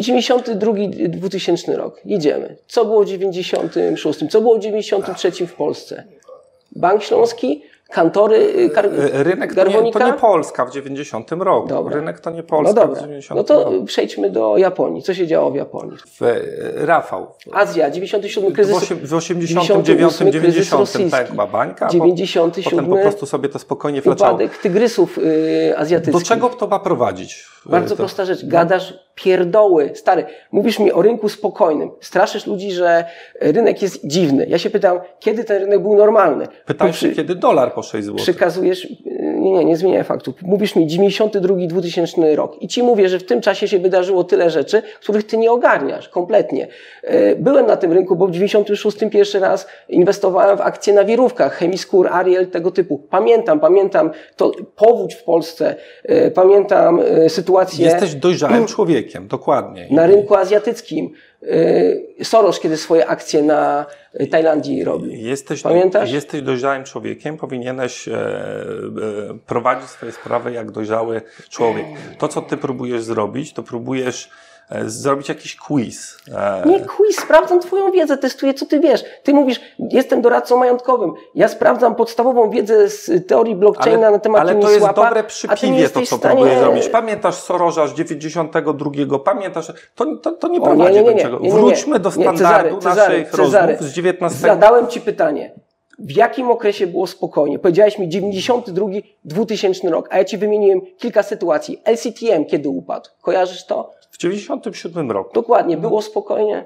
92-2000 rok. Jedziemy. Co było w 96? Co było w 93 w Polsce? Bank Śląski? Kantory rynek Garwonika? to nie Polska w 90 roku. Dobra. Rynek to nie Polska w 90 No to roku. przejdźmy do Japonii. Co się działo w Japonii? Rafał. Azja, 97 kryzys. W 89, 90 pękła bańka, 97 potem po prostu sobie to spokojnie flaczało. Upadek tygrysów azjatyckich. Do czego to ma prowadzić? Bardzo prosta rzecz. Gadasz pierdoły. Stary, mówisz mi o rynku spokojnym. Straszysz ludzi, że rynek jest dziwny. Ja się pytam, kiedy ten rynek był normalny? Pytam się, kiedy dolar po 6 zł. Przekazujesz... Nie zmieniaj faktu. Mówisz mi 92-2000 rok i ci mówię, że w tym czasie się wydarzyło tyle rzeczy, których ty nie ogarniasz kompletnie. Byłem na tym rynku, bo w 96 pierwszy raz inwestowałem w akcje na wirówkach, Hemiskur, Ariel, tego typu. Pamiętam to powódź w Polsce, pamiętam sytuację... Jesteś dojrzałym człowiekiem, dokładnie. Na rynku azjatyckim. Soros, kiedy swoje akcje na Tajlandii robił. Pamiętasz? Jesteś dojrzałym człowiekiem, powinieneś prowadzić swoje sprawy jak dojrzały człowiek. To, co ty próbujesz zrobić, to próbujesz zrobić jakiś quiz. Nie quiz, sprawdzam twoją wiedzę, testuję, co ty wiesz. Ty mówisz, jestem doradcą majątkowym. Ja sprawdzam podstawową wiedzę z teorii blockchaina na temat Uniswapa. Ale to jest dobre przypiwie, to co próbujesz zrobić. Pamiętasz Sorosza z 92, pamiętasz, to nie prowadzi do niczego. Wróćmy do standardu naszych rozmów z 19. Zadałem ci pytanie. W jakim okresie było spokojnie? Powiedziałeś mi 92-2000 rok, a ja ci wymieniłem kilka sytuacji. LCTM kiedy upadł? Kojarzysz to? W 97 roku. Dokładnie. Było spokojnie?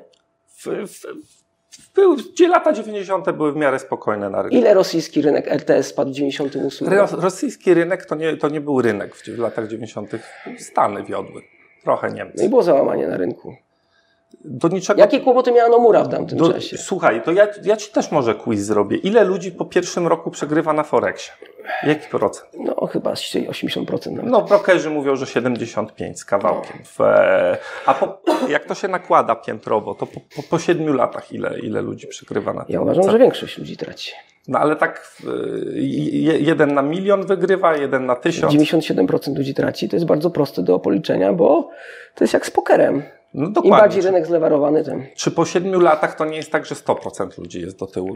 Lata 90. były w miarę spokojne na rynku. Ile rosyjski rynek RTS spadł w 98 roku? Rosyjski rynek to nie był rynek w latach 90. Stany wiodły. Trochę Niemcy. No i było załamanie na rynku. Do niczego... Jakie kłopoty miała Nomura w tamtym czasie? Słuchaj, to ja ci też może quiz zrobię. Ile ludzi po pierwszym roku przegrywa na Forexie? Jaki procent? No chyba 80% nawet. No brokerzy mówią, że 75 z kawałkiem. Jak to się nakłada piętrowo, to po 7 latach ile ludzi przegrywa na tym? Ja uważam, że większość ludzi traci. No ale tak 1 na 1 000 000 wygrywa, 1 na 1000. 97% ludzi traci. To jest bardzo proste do policzenia, bo to jest jak z pokerem. No im dokładnie. bardziej rynek zlewarowany, tym. Czy po 7 latach to nie jest tak, że 100% ludzi jest do tyłu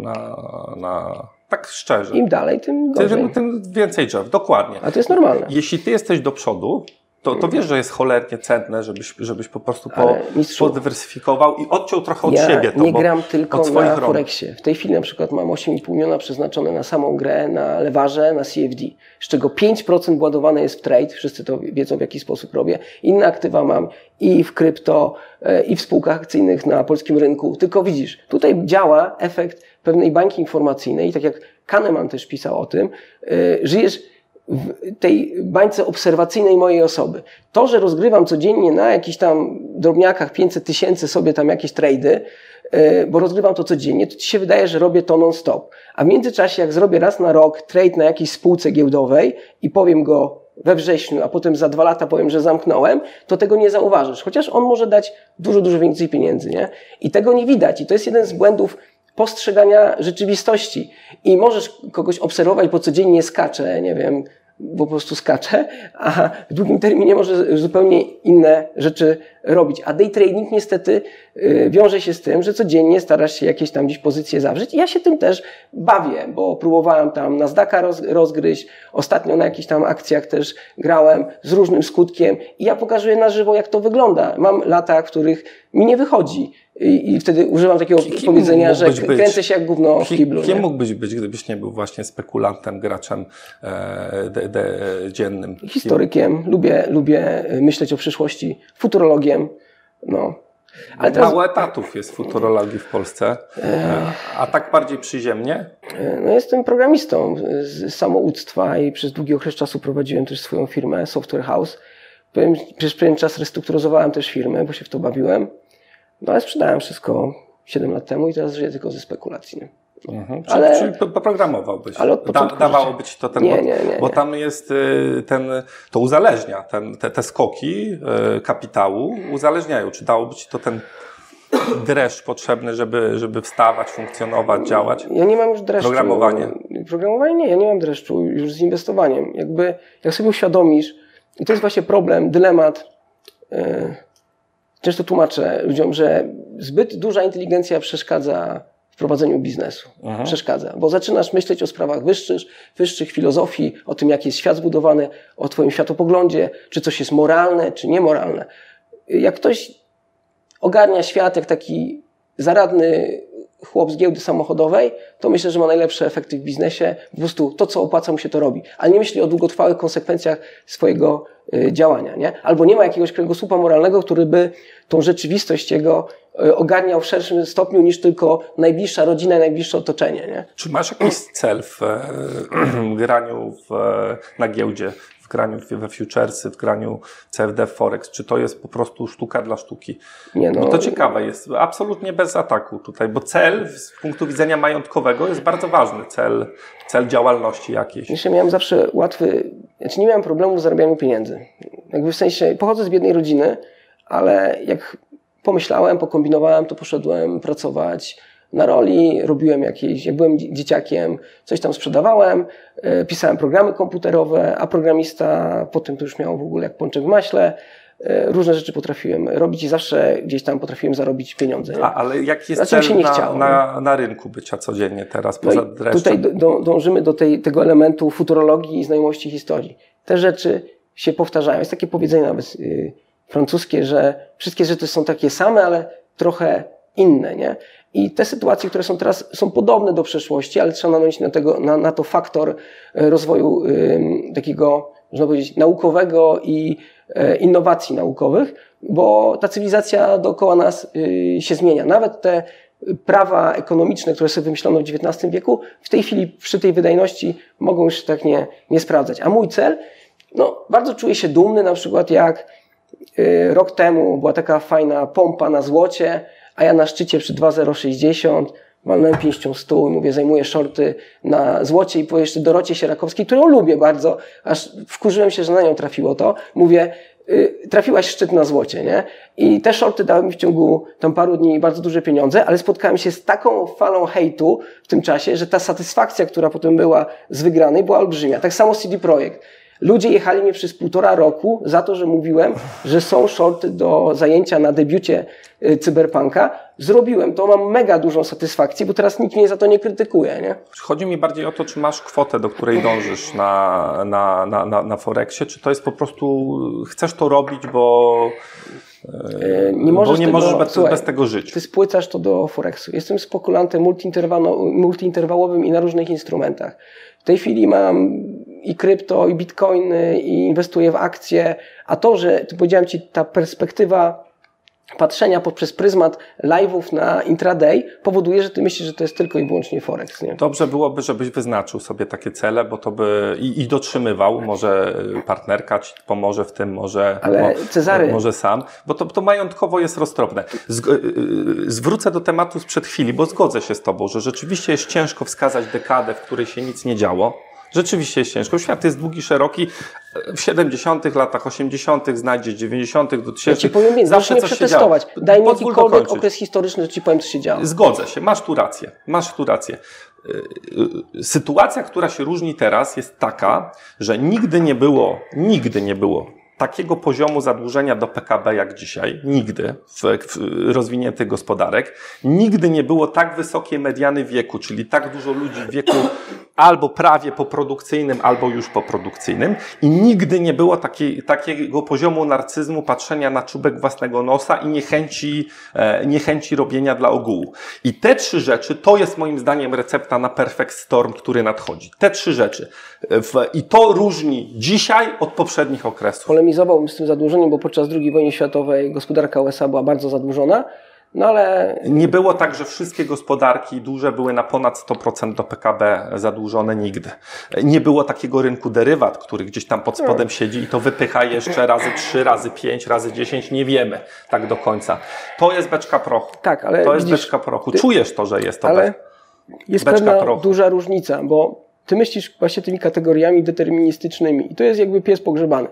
tak szczerze? Im dalej, tym gorzej. Tym więcej drzew, dokładnie. A to jest normalne. Jeśli ty jesteś do przodu, to wiesz, że jest cholernie cenne, żebyś po prostu podywersyfikował i odciął trochę od siebie. Ja nie gram tylko na Forexie. W tej chwili na przykład mam 8,5 miliona przeznaczone na samą grę, na lewarze, na CFD, z czego 5% władowane jest w trade. Wszyscy to wiedzą, w jaki sposób robię. Inne aktywa mam i w krypto, i w spółkach akcyjnych na polskim rynku. Tylko widzisz, tutaj działa efekt pewnej bańki informacyjnej. Tak jak Kahneman też pisał o tym, żyjesz w tej bańce obserwacyjnej mojej osoby. To, że rozgrywam codziennie na jakichś tam drobniakach 500 000 sobie tam jakieś trady, bo rozgrywam to codziennie, to ci się wydaje, że robię to non-stop. A w międzyczasie, jak zrobię raz na rok trade na jakiejś spółce giełdowej i powiem go we wrześniu, a potem za 2 lata powiem, że zamknąłem, to tego nie zauważysz. Chociaż on może dać dużo, dużo więcej pieniędzy, nie? I tego nie widać. I to jest jeden z błędów postrzegania rzeczywistości. I możesz kogoś obserwować, bo codziennie skacze, nie wiem, po prostu skacze, a w długim terminie może zupełnie inne rzeczy robić. A day trading niestety wiąże się z tym, że codziennie starasz się jakieś tam gdzieś pozycje zawrzeć. I ja się tym też bawię, bo próbowałem tam Nasdaqa rozgryźć, ostatnio na jakichś tam akcjach też grałem z różnym skutkiem i ja pokazuję na żywo, jak to wygląda. Mam lata, w których mi nie wychodzi. I wtedy używam takiego powiedzenia, że kręcę się jak gówno w kiblu. Kim mógłbyś być, gdybyś nie był właśnie spekulantem, graczem dziennym? Historykiem. Lubię myśleć o przyszłości. Futurologiem. No. Ale teraz... Mało etatów jest futurologii w Polsce. A tak bardziej przyziemnie? No jestem programistą z samouctwa i przez długi okres czasu prowadziłem też swoją firmę Software House. Przez pewien czas restrukturyzowałem też firmę, bo się w to bawiłem. No ale sprzedałem wszystko 7 lat temu i teraz żyję tylko ze spekulacji. Nie? Mhm. Czyli poprogramowałbyś. Ale od początku dawałoby ci to ten... Nie. Bo tam jest to uzależnia. Te skoki kapitału uzależniają. Czy dałoby ci to ten dreszcz potrzebny, żeby wstawać, funkcjonować, działać? Ja nie mam już dreszczu. Programowanie nie. Ja nie mam dreszczu już z inwestowaniem. Jak sobie uświadomisz, i to jest właśnie problem, dylemat, często tłumaczę ludziom, że zbyt duża inteligencja przeszkadza w prowadzeniu biznesu. Przeszkadza, bo zaczynasz myśleć o sprawach wyższych filozofii, o tym, jak jest świat zbudowany, o twoim światopoglądzie, czy coś jest moralne, czy niemoralne. Jak ktoś ogarnia świat jak taki zaradny chłop z giełdy samochodowej, to myślę, że ma najlepsze efekty w biznesie. Po prostu to, co opłaca mu się, to robi. Ale nie myśli o długotrwałych konsekwencjach swojego działania, nie? Albo nie ma jakiegoś kręgosłupa moralnego, który by tą rzeczywistość jego ogarniał w szerszym stopniu niż tylko najbliższa rodzina, najbliższe otoczenie, nie? Czy masz jakiś cel w graniu na giełdzie, w graniu we futuresy, w graniu CFD, Forex? Czy to jest po prostu sztuka dla sztuki? Nie, no. Bo to ciekawe jest, absolutnie bez ataku tutaj, bo cel z punktu widzenia majątkowego jest bardzo ważny, cel działalności jakiejś. Jeszcze miałem zawsze nie miałem problemu z zarabianiem pieniędzy. Jakby w sensie, pochodzę z biednej rodziny, ale jak pomyślałem, pokombinowałem, to poszedłem pracować na roli, robiłem jak byłem dzieciakiem, coś tam sprzedawałem, pisałem programy komputerowe, a programista potem to już miał w ogóle jak pączek w maśle. Różne rzeczy potrafiłem robić i zawsze gdzieś tam potrafiłem zarobić pieniądze. Nie? Ale jaki jest cel na rynku bycia codziennie teraz, poza dreszczem? Tutaj dążymy do tego elementu futurologii i znajomości historii. Te rzeczy się powtarzają. Jest takie powiedzenie nawet francuskie, że wszystkie rzeczy są takie same, ale trochę inne, nie? I te sytuacje, które są teraz, są podobne do przeszłości, ale trzeba nanosić na to faktor rozwoju takiego, można powiedzieć, naukowego i innowacji naukowych, bo ta cywilizacja dookoła nas się zmienia. Nawet te prawa ekonomiczne, które sobie wymyślono w XIX wieku, w tej chwili przy tej wydajności mogą już tak nie sprawdzać. A mój cel, bardzo czuję się dumny na przykład, jak rok temu była taka fajna pompa na złocie, a ja na szczycie przy 2,060 walnąłem pięścią stół i mówię, zajmuję shorty na złocie i po jeszcze Dorocie Sierakowskiej, którą lubię bardzo, aż wkurzyłem się, że na nią trafiło to. Mówię, trafiłaś szczyt na złocie, nie? I te shorty dały mi w ciągu tam paru dni bardzo duże pieniądze, ale spotkałem się z taką falą hejtu w tym czasie, że ta satysfakcja, która potem była z wygranej, była olbrzymia. Tak samo CD Projekt. Ludzie jechali mnie przez 1,5 roku za to, że mówiłem, że są shorty do zajęcia na debiucie Cyberpunka. Zrobiłem to, mam mega dużą satysfakcję, bo teraz nikt mnie za to nie krytykuje, nie? Chodzi mi bardziej o to, czy masz kwotę, do której dążysz na Forexie, czy to jest po prostu, chcesz to robić, bo nie możesz bez tego żyć. Ty spłycasz to do Forexu. Jestem spekulantem multiinterwałowym i na różnych instrumentach. W tej chwili mam i krypto, i bitcoiny, i inwestuję w akcje, a to, że powiedziałem Ci, ta perspektywa patrzenia poprzez pryzmat live'ów na intraday powoduje, że Ty myślisz, że to jest tylko i wyłącznie Forex, nie? Dobrze byłoby, żebyś wyznaczył sobie takie cele, bo to by i dotrzymywał, może partnerka Ci pomoże w tym, może sam, bo to majątkowo jest roztropne. Zwrócę do tematu sprzed chwili, bo zgodzę się z Tobą, że rzeczywiście jest ciężko wskazać dekadę, w której się nic nie działo. Rzeczywiście jest ciężko. Świat jest długi, szeroki. W 70., latach 80., znajdziesz 90., do 2000. Ja Ci powiem, zawsze coś się działo. Daj mi jakikolwiek okres historyczny, że Ci powiem, co się działo. Zgodzę się, masz tu rację. Sytuacja, która się różni teraz, jest taka, że nigdy nie było takiego poziomu zadłużenia do PKB jak dzisiaj, nigdy w rozwiniętych gospodarek, nigdy nie było tak wysokiej mediany wieku, czyli tak dużo ludzi w wieku albo prawie poprodukcyjnym, albo już poprodukcyjnym i nigdy nie było takiego poziomu narcyzmu, patrzenia na czubek własnego nosa i niechęci robienia dla ogółu. I te 3 rzeczy to jest moim zdaniem recepta na perfect storm, który nadchodzi. Te 3 rzeczy. I to różni dzisiaj od poprzednich okresów. Polemizowałbym z tym zadłużeniem, bo podczas II wojny światowej gospodarka USA była bardzo zadłużona. No ale... Nie było tak, że wszystkie gospodarki duże były na ponad 100% do PKB zadłużone nigdy. Nie było takiego rynku derywat, który gdzieś tam pod spodem siedzi i to wypycha jeszcze razy 3, razy 5, razy 10, nie wiemy tak do końca. To jest beczka prochu. Tak, ale to jest beczka prochu. Czujesz to, że jest to ale jest beczka pewna prochu. Duża różnica, bo ty myślisz właśnie tymi kategoriami deterministycznymi i to jest jakby pies pogrzebany.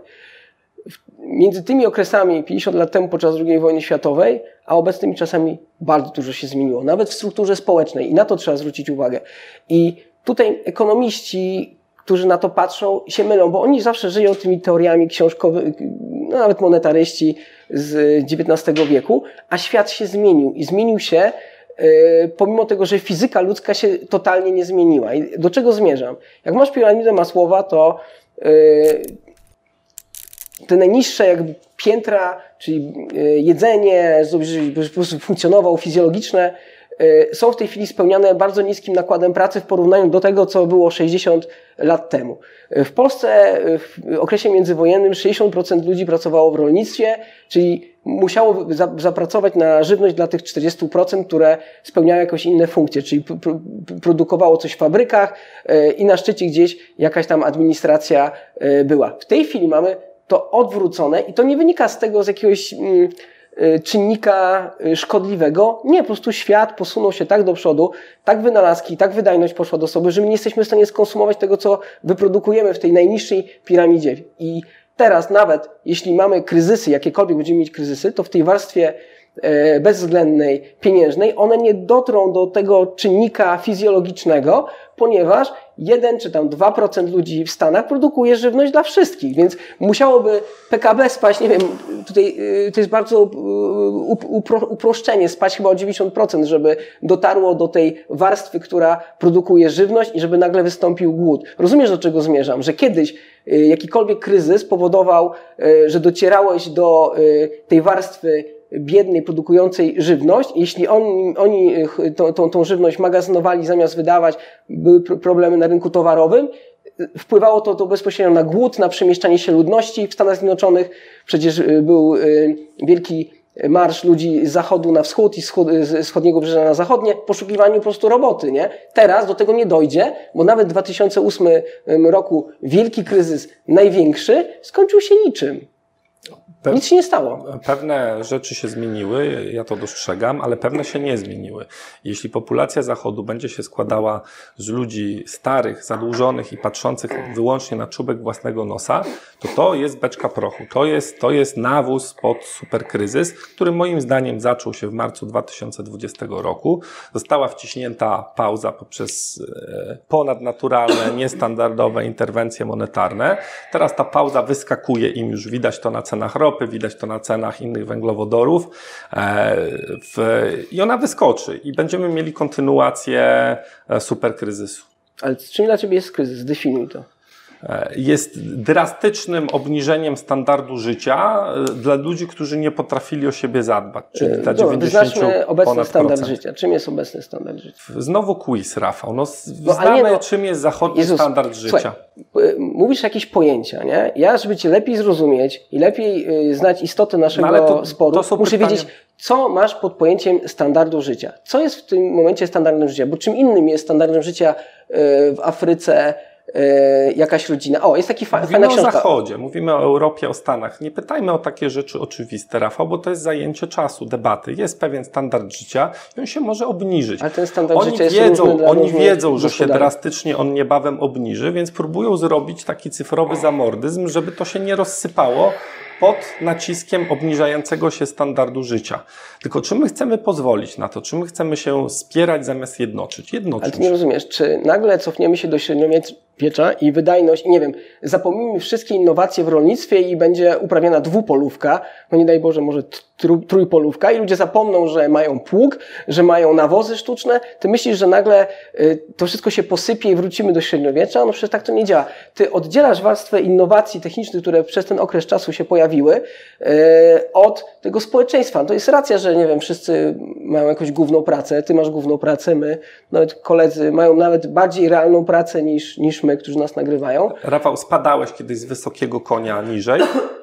Między tymi okresami 50 lat temu podczas II wojny światowej, a obecnymi czasami bardzo dużo się zmieniło, nawet w strukturze społecznej i na to trzeba zwrócić uwagę. I tutaj ekonomiści, którzy na to patrzą, się mylą, bo oni zawsze żyją tymi teoriami książkowymi, no nawet monetaryści z XIX wieku, a świat się zmienił i zmienił się pomimo tego, że fizyka ludzka się totalnie nie zmieniła. I do czego zmierzam? Jak masz piramidę Masłowa, to te najniższe jakby piętra, czyli jedzenie, żeby po prostu funkcjonował, fizjologiczne, są w tej chwili spełniane bardzo niskim nakładem pracy w porównaniu do tego, co było 60 lat temu. W Polsce w okresie międzywojennym 60% ludzi pracowało w rolnictwie, czyli musiało zapracować na żywność dla tych 40%, które spełniały jakoś inne funkcje, czyli produkowało coś w fabrykach i na szczycie gdzieś jakaś tam administracja była. W tej chwili mamy to odwrócone i to nie wynika z tego, z jakiegoś czynnika szkodliwego. Nie, po prostu świat posunął się tak do przodu, tak wynalazki, tak wydajność poszła do sobie, że my nie jesteśmy w stanie skonsumować tego, co wyprodukujemy w tej najniższej piramidzie. I teraz nawet, jeśli mamy kryzysy, jakiekolwiek będziemy mieć kryzysy, to w tej warstwie bezwzględnej, pieniężnej, one nie dotrą do tego czynnika fizjologicznego, ponieważ 1 czy tam 2% ludzi w Stanach produkuje żywność dla wszystkich, więc musiałoby PKB spaść, nie wiem, tutaj to jest bardzo uproszczenie, spaść chyba o 90%, żeby dotarło do tej warstwy, która produkuje żywność i żeby nagle wystąpił głód. Rozumiesz, do czego zmierzam? Że kiedyś jakikolwiek kryzys powodował, że docierałeś do tej warstwy biednej, produkującej żywność. Jeśli oni tą żywność magazynowali zamiast wydawać, były problemy na rynku towarowym, wpływało to bezpośrednio na głód, na przemieszczanie się ludności w Stanach Zjednoczonych. Przecież był wielki marsz ludzi z zachodu na wschód i z wschodniego wybrzeża na zachodnie, poszukiwaniu po prostu roboty, nie? Teraz do tego nie dojdzie, bo nawet w 2008 roku wielki kryzys, największy, skończył się niczym. Nic się nie stało. Pewne rzeczy się zmieniły, ja to dostrzegam, ale pewne się nie zmieniły. Jeśli populacja Zachodu będzie się składała z ludzi starych, zadłużonych i patrzących wyłącznie na czubek własnego nosa, to jest beczka prochu. To jest nawóz pod superkryzys, który moim zdaniem zaczął się w marcu 2020 roku. Została wciśnięta pauza poprzez ponadnaturalne, niestandardowe interwencje monetarne. Teraz ta pauza wyskakuje im, już widać to na cenach ropy, widać to na cenach innych węglowodorów i ona wyskoczy i będziemy mieli kontynuację superkryzysu. Ale czym dla Ciebie jest kryzys? Zdefiniuj to. Jest drastycznym obniżeniem standardu życia dla ludzi, którzy nie potrafili o siebie zadbać. Czyli ta 90 wyznaczmy obecny standard procent. życia. Czym jest obecny standard życia? Znowu quiz, Rafał. Znamy, czym jest zachodni standard życia. Słuchaj, mówisz jakieś pojęcia, nie? Ja, żeby Cię lepiej zrozumieć i lepiej znać istotę naszego sporu, muszę wiedzieć, co masz pod pojęciem standardu życia. Co jest w tym momencie standardem życia? Bo czym innym jest standardem życia w Afryce, jakaś rodzina. O, jest taki fajna książka. Mówimy o Zachodzie, mówimy o Europie, o Stanach. Nie pytajmy o takie rzeczy oczywiste, Rafał, bo to jest zajęcie czasu, debaty. Jest pewien standard życia i on się może obniżyć. Ale ten standard życia jest różny dla Oni wiedzą, że się gospodarek. drastycznie on niebawem obniży, więc próbują zrobić taki cyfrowy zamordyzm, żeby to się nie rozsypało pod naciskiem obniżającego się standardu życia. Tylko czy my chcemy pozwolić na to? Czy my chcemy się spierać zamiast jednoczyć? Ale ty nie rozumiesz, czy nagle cofniemy się do średniowiecza i wydajność, nie wiem, zapomnimy wszystkie innowacje w rolnictwie i będzie uprawiana dwupolówka, no nie daj Boże, może trójpolówka i ludzie zapomną, że mają pług, że mają nawozy sztuczne. Ty myślisz, że nagle to wszystko się posypie i wrócimy do średniowiecza? No przecież tak to nie działa. Ty oddzielasz warstwę innowacji technicznych, które przez ten okres czasu się pojawiły, od tego społeczeństwa. To jest racja, że nie wiem, wszyscy mają jakąś główną pracę, ty masz główną pracę, my, nawet koledzy mają nawet bardziej realną pracę niż my, którzy nas nagrywają. Rafał, spadałeś kiedyś z wysokiego konia niżej?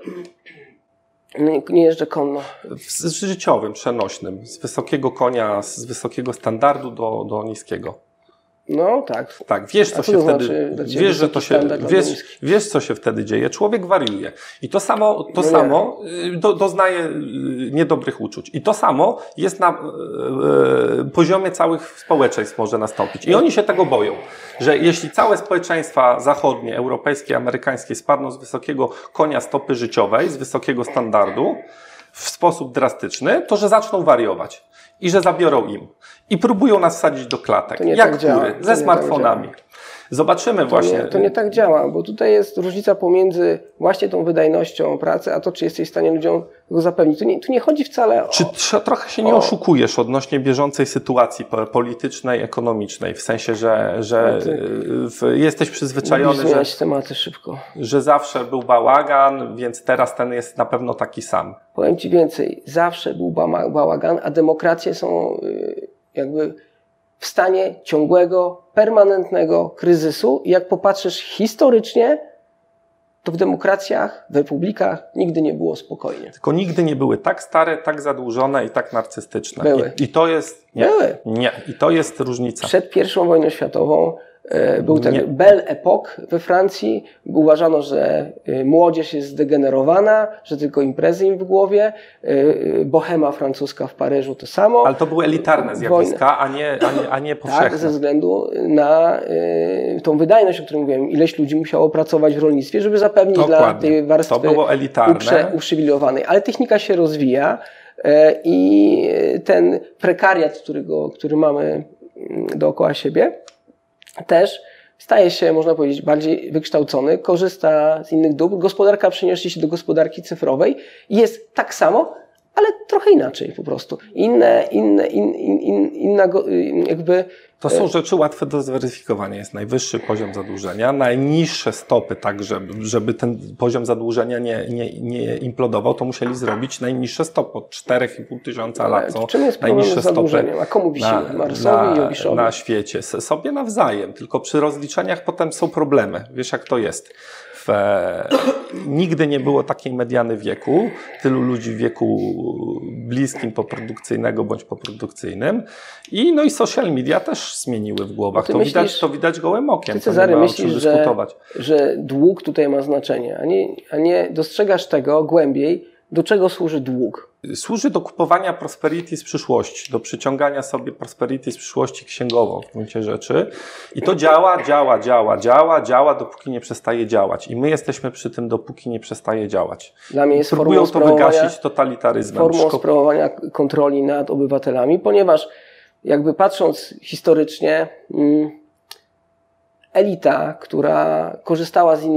Nie jeżdżę konno. Z życiowym, przenośnym. Z wysokiego konia, z wysokiego standardu do niskiego. No tak. Tak, wiesz co się to wtedy, znaczy, wiesz, że to się, wiesz co się wtedy dzieje. Człowiek wariuje. I to samo doznaje niedobrych uczuć. I to samo jest na poziomie całych społeczeństw może nastąpić. I oni się tego boją, że jeśli całe społeczeństwa zachodnie, europejskie, amerykańskie spadną z wysokiego konia stopy życiowej, z wysokiego standardu w sposób drastyczny, to że zaczną wariować. I że zabiorą im. I próbują nas wsadzić do klatek. Jak kury, ze smartfonami. Zobaczymy właśnie. To nie tak działa, bo tutaj jest różnica pomiędzy właśnie tą wydajnością pracy, a to, czy jesteś w stanie ludziom go zapewnić. Tu nie chodzi wcale o... Czy trochę się nie oszukujesz odnośnie bieżącej sytuacji politycznej, ekonomicznej, w sensie, że jesteś przyzwyczajony, tematy szybko. Że zawsze był bałagan, więc teraz ten jest na pewno taki sam. Powiem Ci więcej. Zawsze był bałagan, a demokracje są jakby w stanie ciągłego, permanentnego kryzysu. I jak popatrzysz historycznie, to w demokracjach, w republikach nigdy nie było spokojnie. Tylko nigdy nie były tak stare, tak zadłużone i tak narcystyczne. Były. I to jest... Nie, były. Nie. I to jest różnica. Przed I wojną światową był ten Belle Époque we Francji. Uważano, że młodzież jest zdegenerowana, że tylko imprezy im w głowie. Bohema francuska w Paryżu to samo. Ale to były elitarne zjawiska, a nie powszechne. Tak, ze względu na tą wydajność, o której mówiłem. Ileś ludzi musiało pracować w rolnictwie, żeby zapewnić dla tej warstwy to było elitarne. uprzywilejowanej. Ale technika się rozwija i ten prekariat, który mamy dookoła siebie, też staje się, można powiedzieć, bardziej wykształcony, korzysta z innych dóbr. Gospodarka przeniosła się do gospodarki cyfrowej i jest tak samo, ale trochę inaczej po prostu. Inna jakby... To są rzeczy łatwe do zweryfikowania. Jest najwyższy poziom zadłużenia, najniższe stopy, tak żeby ten poziom zadłużenia nie implodował, to musieli zrobić najniższe stopy. Od 4,5 tysiąca lat są czym jest najniższe z zadłużeniem? A komu wisimy? Marsowi i Jowiszowi? Na świecie. Sobie nawzajem. Tylko przy rozliczeniach potem są problemy. Wiesz, jak to jest. Nigdy nie było takiej mediany wieku, tylu ludzi w wieku bliskim poprodukcyjnego bądź poprodukcyjnym i social media też zmieniły w głowach. To widać gołym okiem. Ty, Cezary, myślisz, że dług tutaj ma znaczenie, a nie dostrzegasz tego głębiej, do czego służy dług? Służy do kupowania prosperity z przyszłości, do przyciągania sobie prosperity z przyszłości księgowo w gruncie rzeczy. I to działa, dopóki nie przestaje działać. I my jesteśmy przy tym, dopóki nie przestaje działać. Dla mnie jest próbują to wygasić totalitaryzmem. Formą sprawowania kontroli nad obywatelami, ponieważ jakby patrząc historycznie, elita, która korzystała z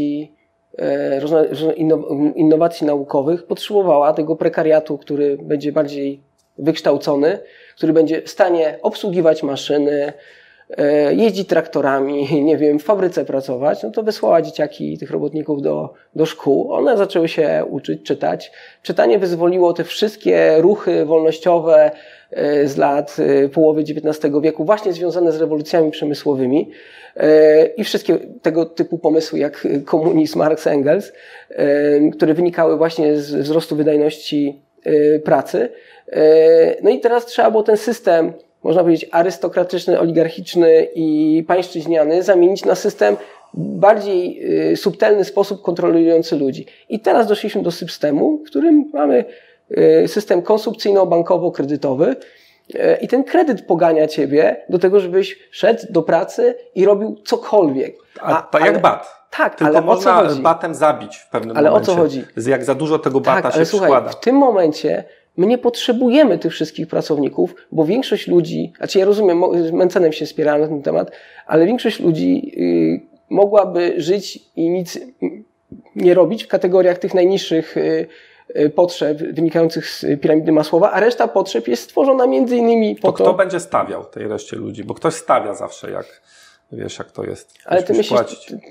innowacji naukowych, potrzebowała tego prekariatu, który będzie bardziej wykształcony, który będzie w stanie obsługiwać maszyny, jeździć traktorami, nie wiem, w fabryce pracować, no to wysłała dzieciaki, tych robotników do szkół. One zaczęły się uczyć, czytać. Czytanie wyzwoliło te wszystkie ruchy wolnościowe z lat połowy XIX wieku, właśnie związane z rewolucjami przemysłowymi i wszystkie tego typu pomysły jak komunizm, Marx, Engels, które wynikały właśnie z wzrostu wydajności pracy. No i teraz trzeba było ten system, można powiedzieć, arystokratyczny, oligarchiczny i pańszczyźniany zamienić na system bardziej subtelny sposób kontrolujący ludzi. I teraz doszliśmy do systemu, w którym mamy system konsumpcyjno-bankowo-kredytowy i ten kredyt pogania ciebie do tego, żebyś szedł do pracy i robił cokolwiek. Jak bat. Tak, tylko ale można o co chodzi? batem zabić w pewnym ale momencie. Ale o co chodzi? Jak za dużo tego bata tak, się ale słuchaj, przykłada. W tym momencie my nie potrzebujemy tych wszystkich pracowników, bo większość ludzi, znaczy ja rozumiem, z Mencenem się spierałem na ten temat, ale większość ludzi mogłaby żyć i nic nie robić w kategoriach tych najniższych potrzeb wynikających z piramidy Masłowa, a reszta potrzeb jest stworzona między innymi po to... Kto będzie stawiał tej reszcie ludzi? Bo ktoś stawia zawsze, jak wiesz, jak to jest. Ale ty myślisz,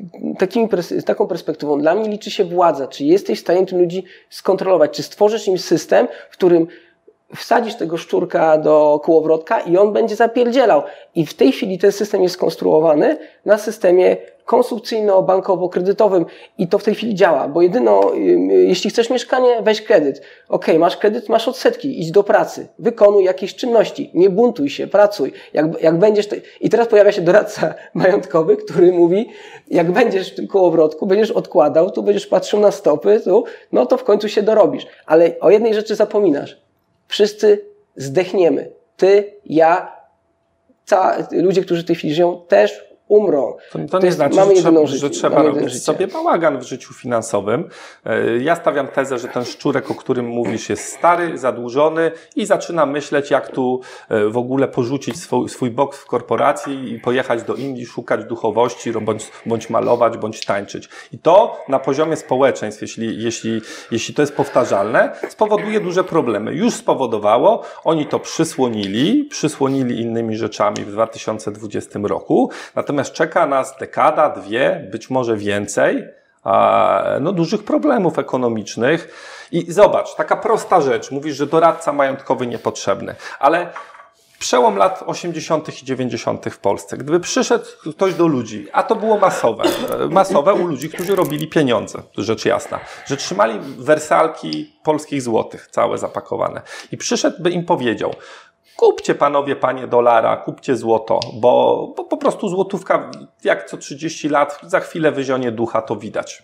z taką perspektywą, dla mnie liczy się władza. Czy jesteś w stanie tych ludzi skontrolować? Czy stworzysz im system, w którym wsadzisz tego szczurka do kołowrotka i on będzie zapierdzielał. I w tej chwili ten system jest skonstruowany na systemie konsumpcyjno-bankowo-kredytowym i to w tej chwili działa, bo jeśli chcesz mieszkanie, weź kredyt. Okej, masz kredyt, masz odsetki, idź do pracy, wykonuj jakieś czynności, nie buntuj się, pracuj. Jak będziesz... I teraz pojawia się doradca majątkowy, który mówi, jak będziesz w tym kołowrotku, będziesz odkładał, tu będziesz patrzył na stopy, no to w końcu się dorobisz. Ale o jednej rzeczy zapominasz. Wszyscy zdechniemy. Ty, ja, ludzie, którzy w tej chwili żyją, też umrą. To nie znaczy, że trzeba robić sobie bałagan w życiu finansowym. Ja stawiam tezę, że ten szczurek, o którym mówisz, jest stary, zadłużony i zaczyna myśleć, jak tu w ogóle porzucić swój boks w korporacji i pojechać do Indii, szukać duchowości, bądź malować, bądź tańczyć. I to na poziomie społeczeństw, jeśli to jest powtarzalne, spowoduje duże problemy. Już spowodowało, oni to przysłonili innymi rzeczami w 2020 roku. Natomiast czeka nas dekada, 2, być może więcej, dużych problemów ekonomicznych. I zobacz, taka prosta rzecz. Mówisz, że doradca majątkowy niepotrzebny, ale przełom lat 80. i 90. w Polsce. Gdyby przyszedł ktoś do ludzi, a to było masowe u ludzi, którzy robili pieniądze, rzecz jasna, że trzymali wersalki polskich złotych, całe zapakowane. I przyszedł, by im powiedział: kupcie panowie, panie dolara, kupcie złoto, bo po prostu złotówka, jak co 30 lat, za chwilę wyzionie ducha, to widać,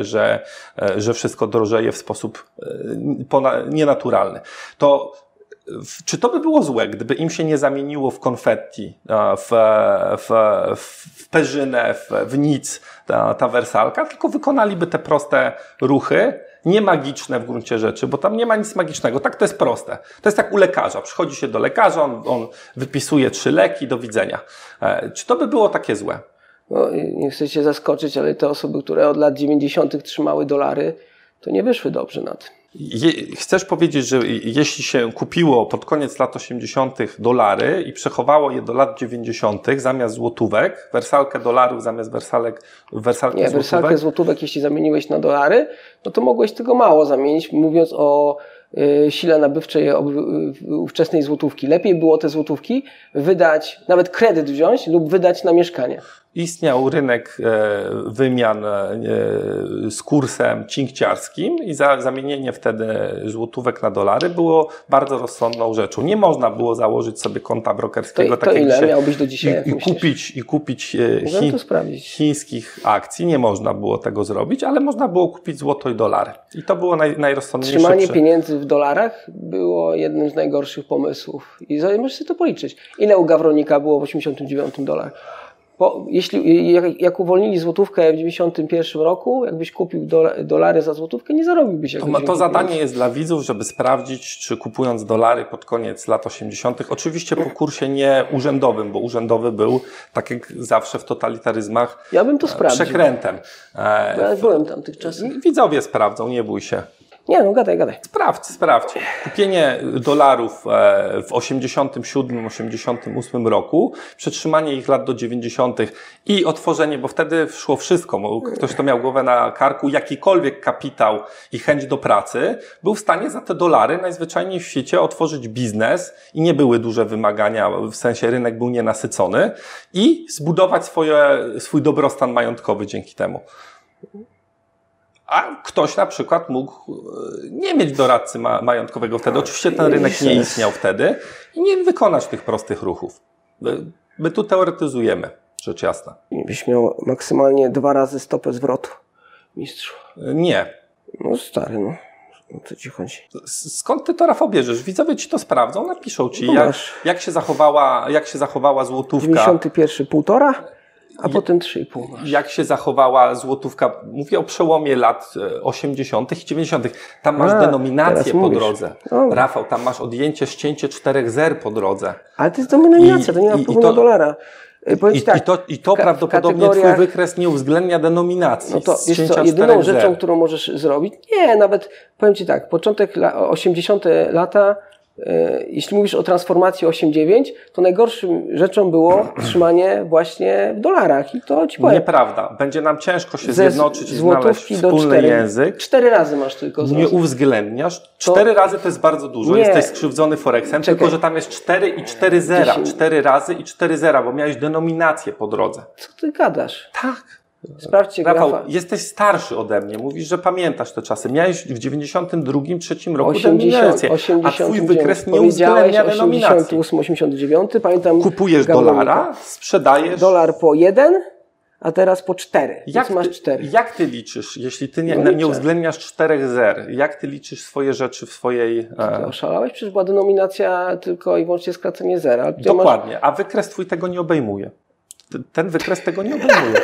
że wszystko drożeje w sposób nienaturalny. To czy to by było złe, gdyby im się nie zamieniło w konfetti, w perzynę, w nic ta wersalka, tylko wykonaliby te proste ruchy, nie magiczne w gruncie rzeczy, bo tam nie ma nic magicznego. Tak, to jest proste. To jest jak u lekarza. Przychodzi się do lekarza, on wypisuje 3 leki, do widzenia. Czy to by było takie złe? No, nie chcę cię zaskoczyć, ale te osoby, które od lat 90. trzymały dolary, to nie wyszły dobrze na tym. Chcesz powiedzieć, że jeśli się kupiło pod koniec lat 80. dolary i przechowało je do lat 90. zamiast złotówek, wersalkę dolarów zamiast wersalki złotówek? Wersalkę złotówek, jeśli zamieniłeś na dolary, no to mogłeś tego mało zamienić, mówiąc o sile nabywczej ówczesnej złotówki. Lepiej było te złotówki wydać, nawet kredyt wziąć lub wydać na mieszkanie. Istniał rynek wymian z kursem cinkciarskim i zamienienie wtedy złotówek na dolary było bardzo rozsądną rzeczą. Nie można było założyć sobie konta brokerskiego to ile dzisiaj, miałbyś do dzisiaj? I kupić chińskich akcji. Nie można było tego zrobić, ale można było kupić złoto i dolary. I to było najrozsądniejsze. Trzymanie pieniędzy w dolarach było jednym z najgorszych pomysłów. I możesz sobie to policzyć. Ile u Gawronika było w 89 dolarach? Jak uwolnili złotówkę w 91 roku, jakbyś kupił dolary za złotówkę, nie zarobiłbyś jakoś. To zadanie jest dla widzów, żeby sprawdzić, czy kupując dolary pod koniec lat 80., oczywiście po kursie nie urzędowym, bo urzędowy był, tak jak zawsze w totalitaryzmach, ja bym to sprawdził. Przekrętem. Ja byłem tam tych czasów. Widzowie sprawdzą, nie bój się. Nie, no gadaj. Sprawdź. Kupienie dolarów w 87-88 roku, przetrzymanie ich lat do 90. i otworzenie, bo wtedy szło wszystko. Ktoś, kto miał głowę na karku, jakikolwiek kapitał i chęć do pracy, był w stanie za te dolary najzwyczajniej w świecie otworzyć biznes i nie były duże wymagania, w sensie rynek był nienasycony i zbudować swój dobrostan majątkowy dzięki temu. A ktoś na przykład mógł nie mieć doradcy majątkowego wtedy. Oczywiście ten rynek nie istniał wtedy i nie wykonać tych prostych ruchów. My tu teoretyzujemy, rzecz jasna. Byś miał maksymalnie 2 razy stopę zwrotu, mistrzu. Nie. No stary, no. O co ci chodzi? Skąd ty to, Rafał, bierzesz? Widzowie ci to sprawdzą, napiszą ci, jak się zachowała złotówka. 91 1,5, a potem 3,5 masz. Jak się zachowała złotówka, mówię o przełomie lat 80. i 90. Tam masz denominację po drodze. Rafał, tam masz ścięcie 4 zer po drodze. Ale to jest denominacja, to nie ma wpływu na dolara. I to prawdopodobnie twój wykres nie uwzględnia denominacji. No to jest to jedyną rzeczą, którą możesz zrobić. Nie, nawet powiem ci tak, początek 80. lata, jeśli mówisz o transformacji 8-9, to najgorszą rzeczą było trzymanie właśnie w dolarach. I to ci powiem. Nieprawda. Będzie nam ciężko się zjednoczyć i znaleźć wspólny język. 4 razy masz tylko nie uwzględniasz. 4 razy to jest bardzo dużo. Nie. Jesteś skrzywdzony Forexem, tylko że tam jest 4 i 4 zera. 4 razy i 4 zera, bo miałeś denominację po drodze. Co ty gadasz? Tak. Sprawdźcie Rafał, grafa. Jesteś starszy ode mnie. Mówisz, że pamiętasz te czasy. Miałeś w 92-3 roku denominację, a twój wykres nie uwzględnia denominacji. 88-89, pamiętam. Kupujesz dolara, sprzedajesz. Dolar po 1, a teraz po 4. Masz 4. Jak ty liczysz, jeśli ty nie uwzględniasz 4 zer? Jak ty liczysz swoje rzeczy w swojej... Ty oszalałeś? Przecież była denominacja tylko i wyłącznie skracenie zera. Dokładnie, a wykres twój tego nie obejmuje. Ten wykres tego nie obejmuje.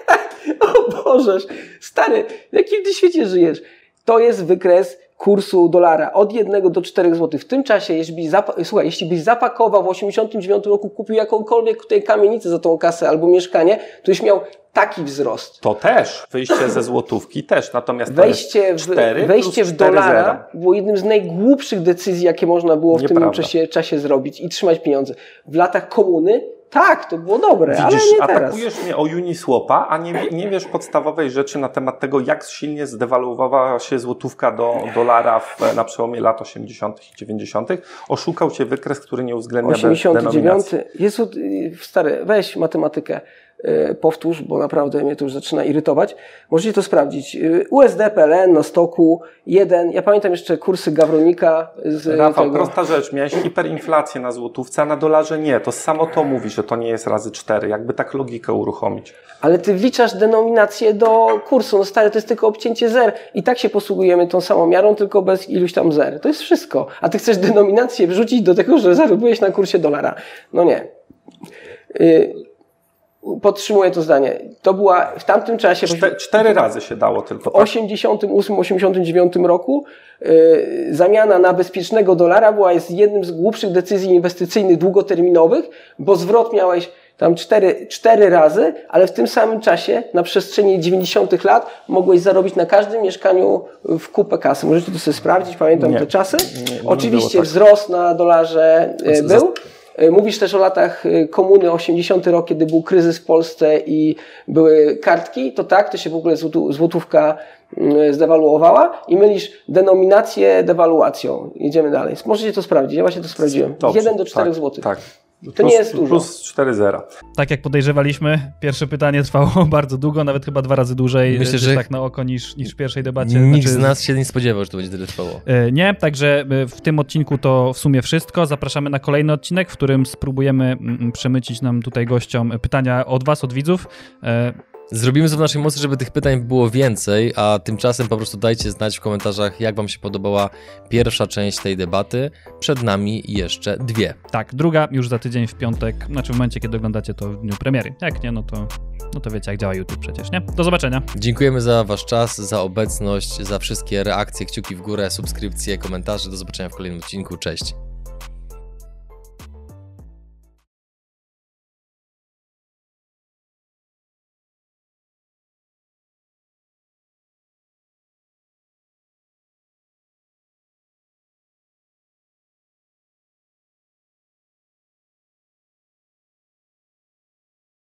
O Bożeż, stary, w jakim ty świecie żyjesz? To jest wykres kursu dolara od 1 do 4 zł. W tym czasie, jeśli byś zapakował w 89 roku, kupił jakąkolwiek tutaj kamienicę za tą kasę albo mieszkanie, to byś miał taki wzrost. To też. Wyjście ze złotówki też. Natomiast wejście w dolara było jednym z najgłupszych decyzji, jakie można było w tym czasie zrobić i trzymać pieniądze. W latach komuny tak, to było dobre, widzisz, ale nie teraz. Atakujesz mnie o Uniswapa, a nie wiesz podstawowej rzeczy na temat tego, jak silnie zdewaluowała się złotówka do dolara na przełomie lat 80. i 90. Oszukał cię wykres, który nie uwzględnia 89. Jezu, stary, weź matematykę. Powtórz, bo naprawdę mnie to już zaczyna irytować. Możecie to sprawdzić. USD, PLN na stoku 1. Ja pamiętam jeszcze kursy Gawronika. Rafał, prosta rzecz. Miałeś hiperinflację na złotówce, a na dolarze nie. To samo to mówi, że to nie jest razy 4. Jakby tak logikę uruchomić. Ale ty wliczasz denominację do kursu. No stary, to jest tylko obcięcie zer. I tak się posługujemy tą samą miarą, tylko bez iluś tam zer. To jest wszystko. A ty chcesz denominację wrzucić do tego, że zarobiłeś na kursie dolara. No nie. Podtrzymuję to zdanie. To była w tamtym czasie... 4 razy się dało tylko. W 88-89 roku zamiana na bezpiecznego dolara jest jednym z głupszych decyzji inwestycyjnych długoterminowych, bo zwrot miałeś tam 4 razy, ale w tym samym czasie na przestrzeni 90 lat mogłeś zarobić na każdym mieszkaniu w kupę kasy. Możecie to sobie sprawdzić, pamiętam te czasy. Oczywiście wzrost na dolarze był. Mówisz też o latach komuny, 80 rok, kiedy był kryzys w Polsce i były kartki, to tak, to się w ogóle złotówka zdewaluowała i mylisz denominację dewaluacją. Jedziemy dalej. Możecie to sprawdzić, ja właśnie to sprawdziłem. Dobrze, 1 do 4 zł. Tak. To nie jest dużo. Plus 4 zera. Tak jak podejrzewaliśmy, pierwsze pytanie trwało bardzo długo, nawet chyba 2 razy dłużej, Myślę, że tak na oko niż w pierwszej debacie. Nikt z nas się nie spodziewał, że to będzie tyle trwało. Nie, także w tym odcinku to w sumie wszystko. Zapraszamy na kolejny odcinek, w którym spróbujemy przemycić nam tutaj gościom pytania od was, od widzów. Zrobimy co w naszej mocy, żeby tych pytań było więcej, a tymczasem po prostu dajcie znać w komentarzach, jak wam się podobała pierwsza część tej debaty. Przed nami jeszcze 2. Tak, druga już za tydzień w piątek, znaczy w momencie, kiedy oglądacie to w dniu premiery. Jak nie, no to wiecie, jak działa YouTube przecież, nie? Do zobaczenia. Dziękujemy za wasz czas, za obecność, za wszystkie reakcje, kciuki w górę, subskrypcje, komentarze. Do zobaczenia w kolejnym odcinku. Cześć.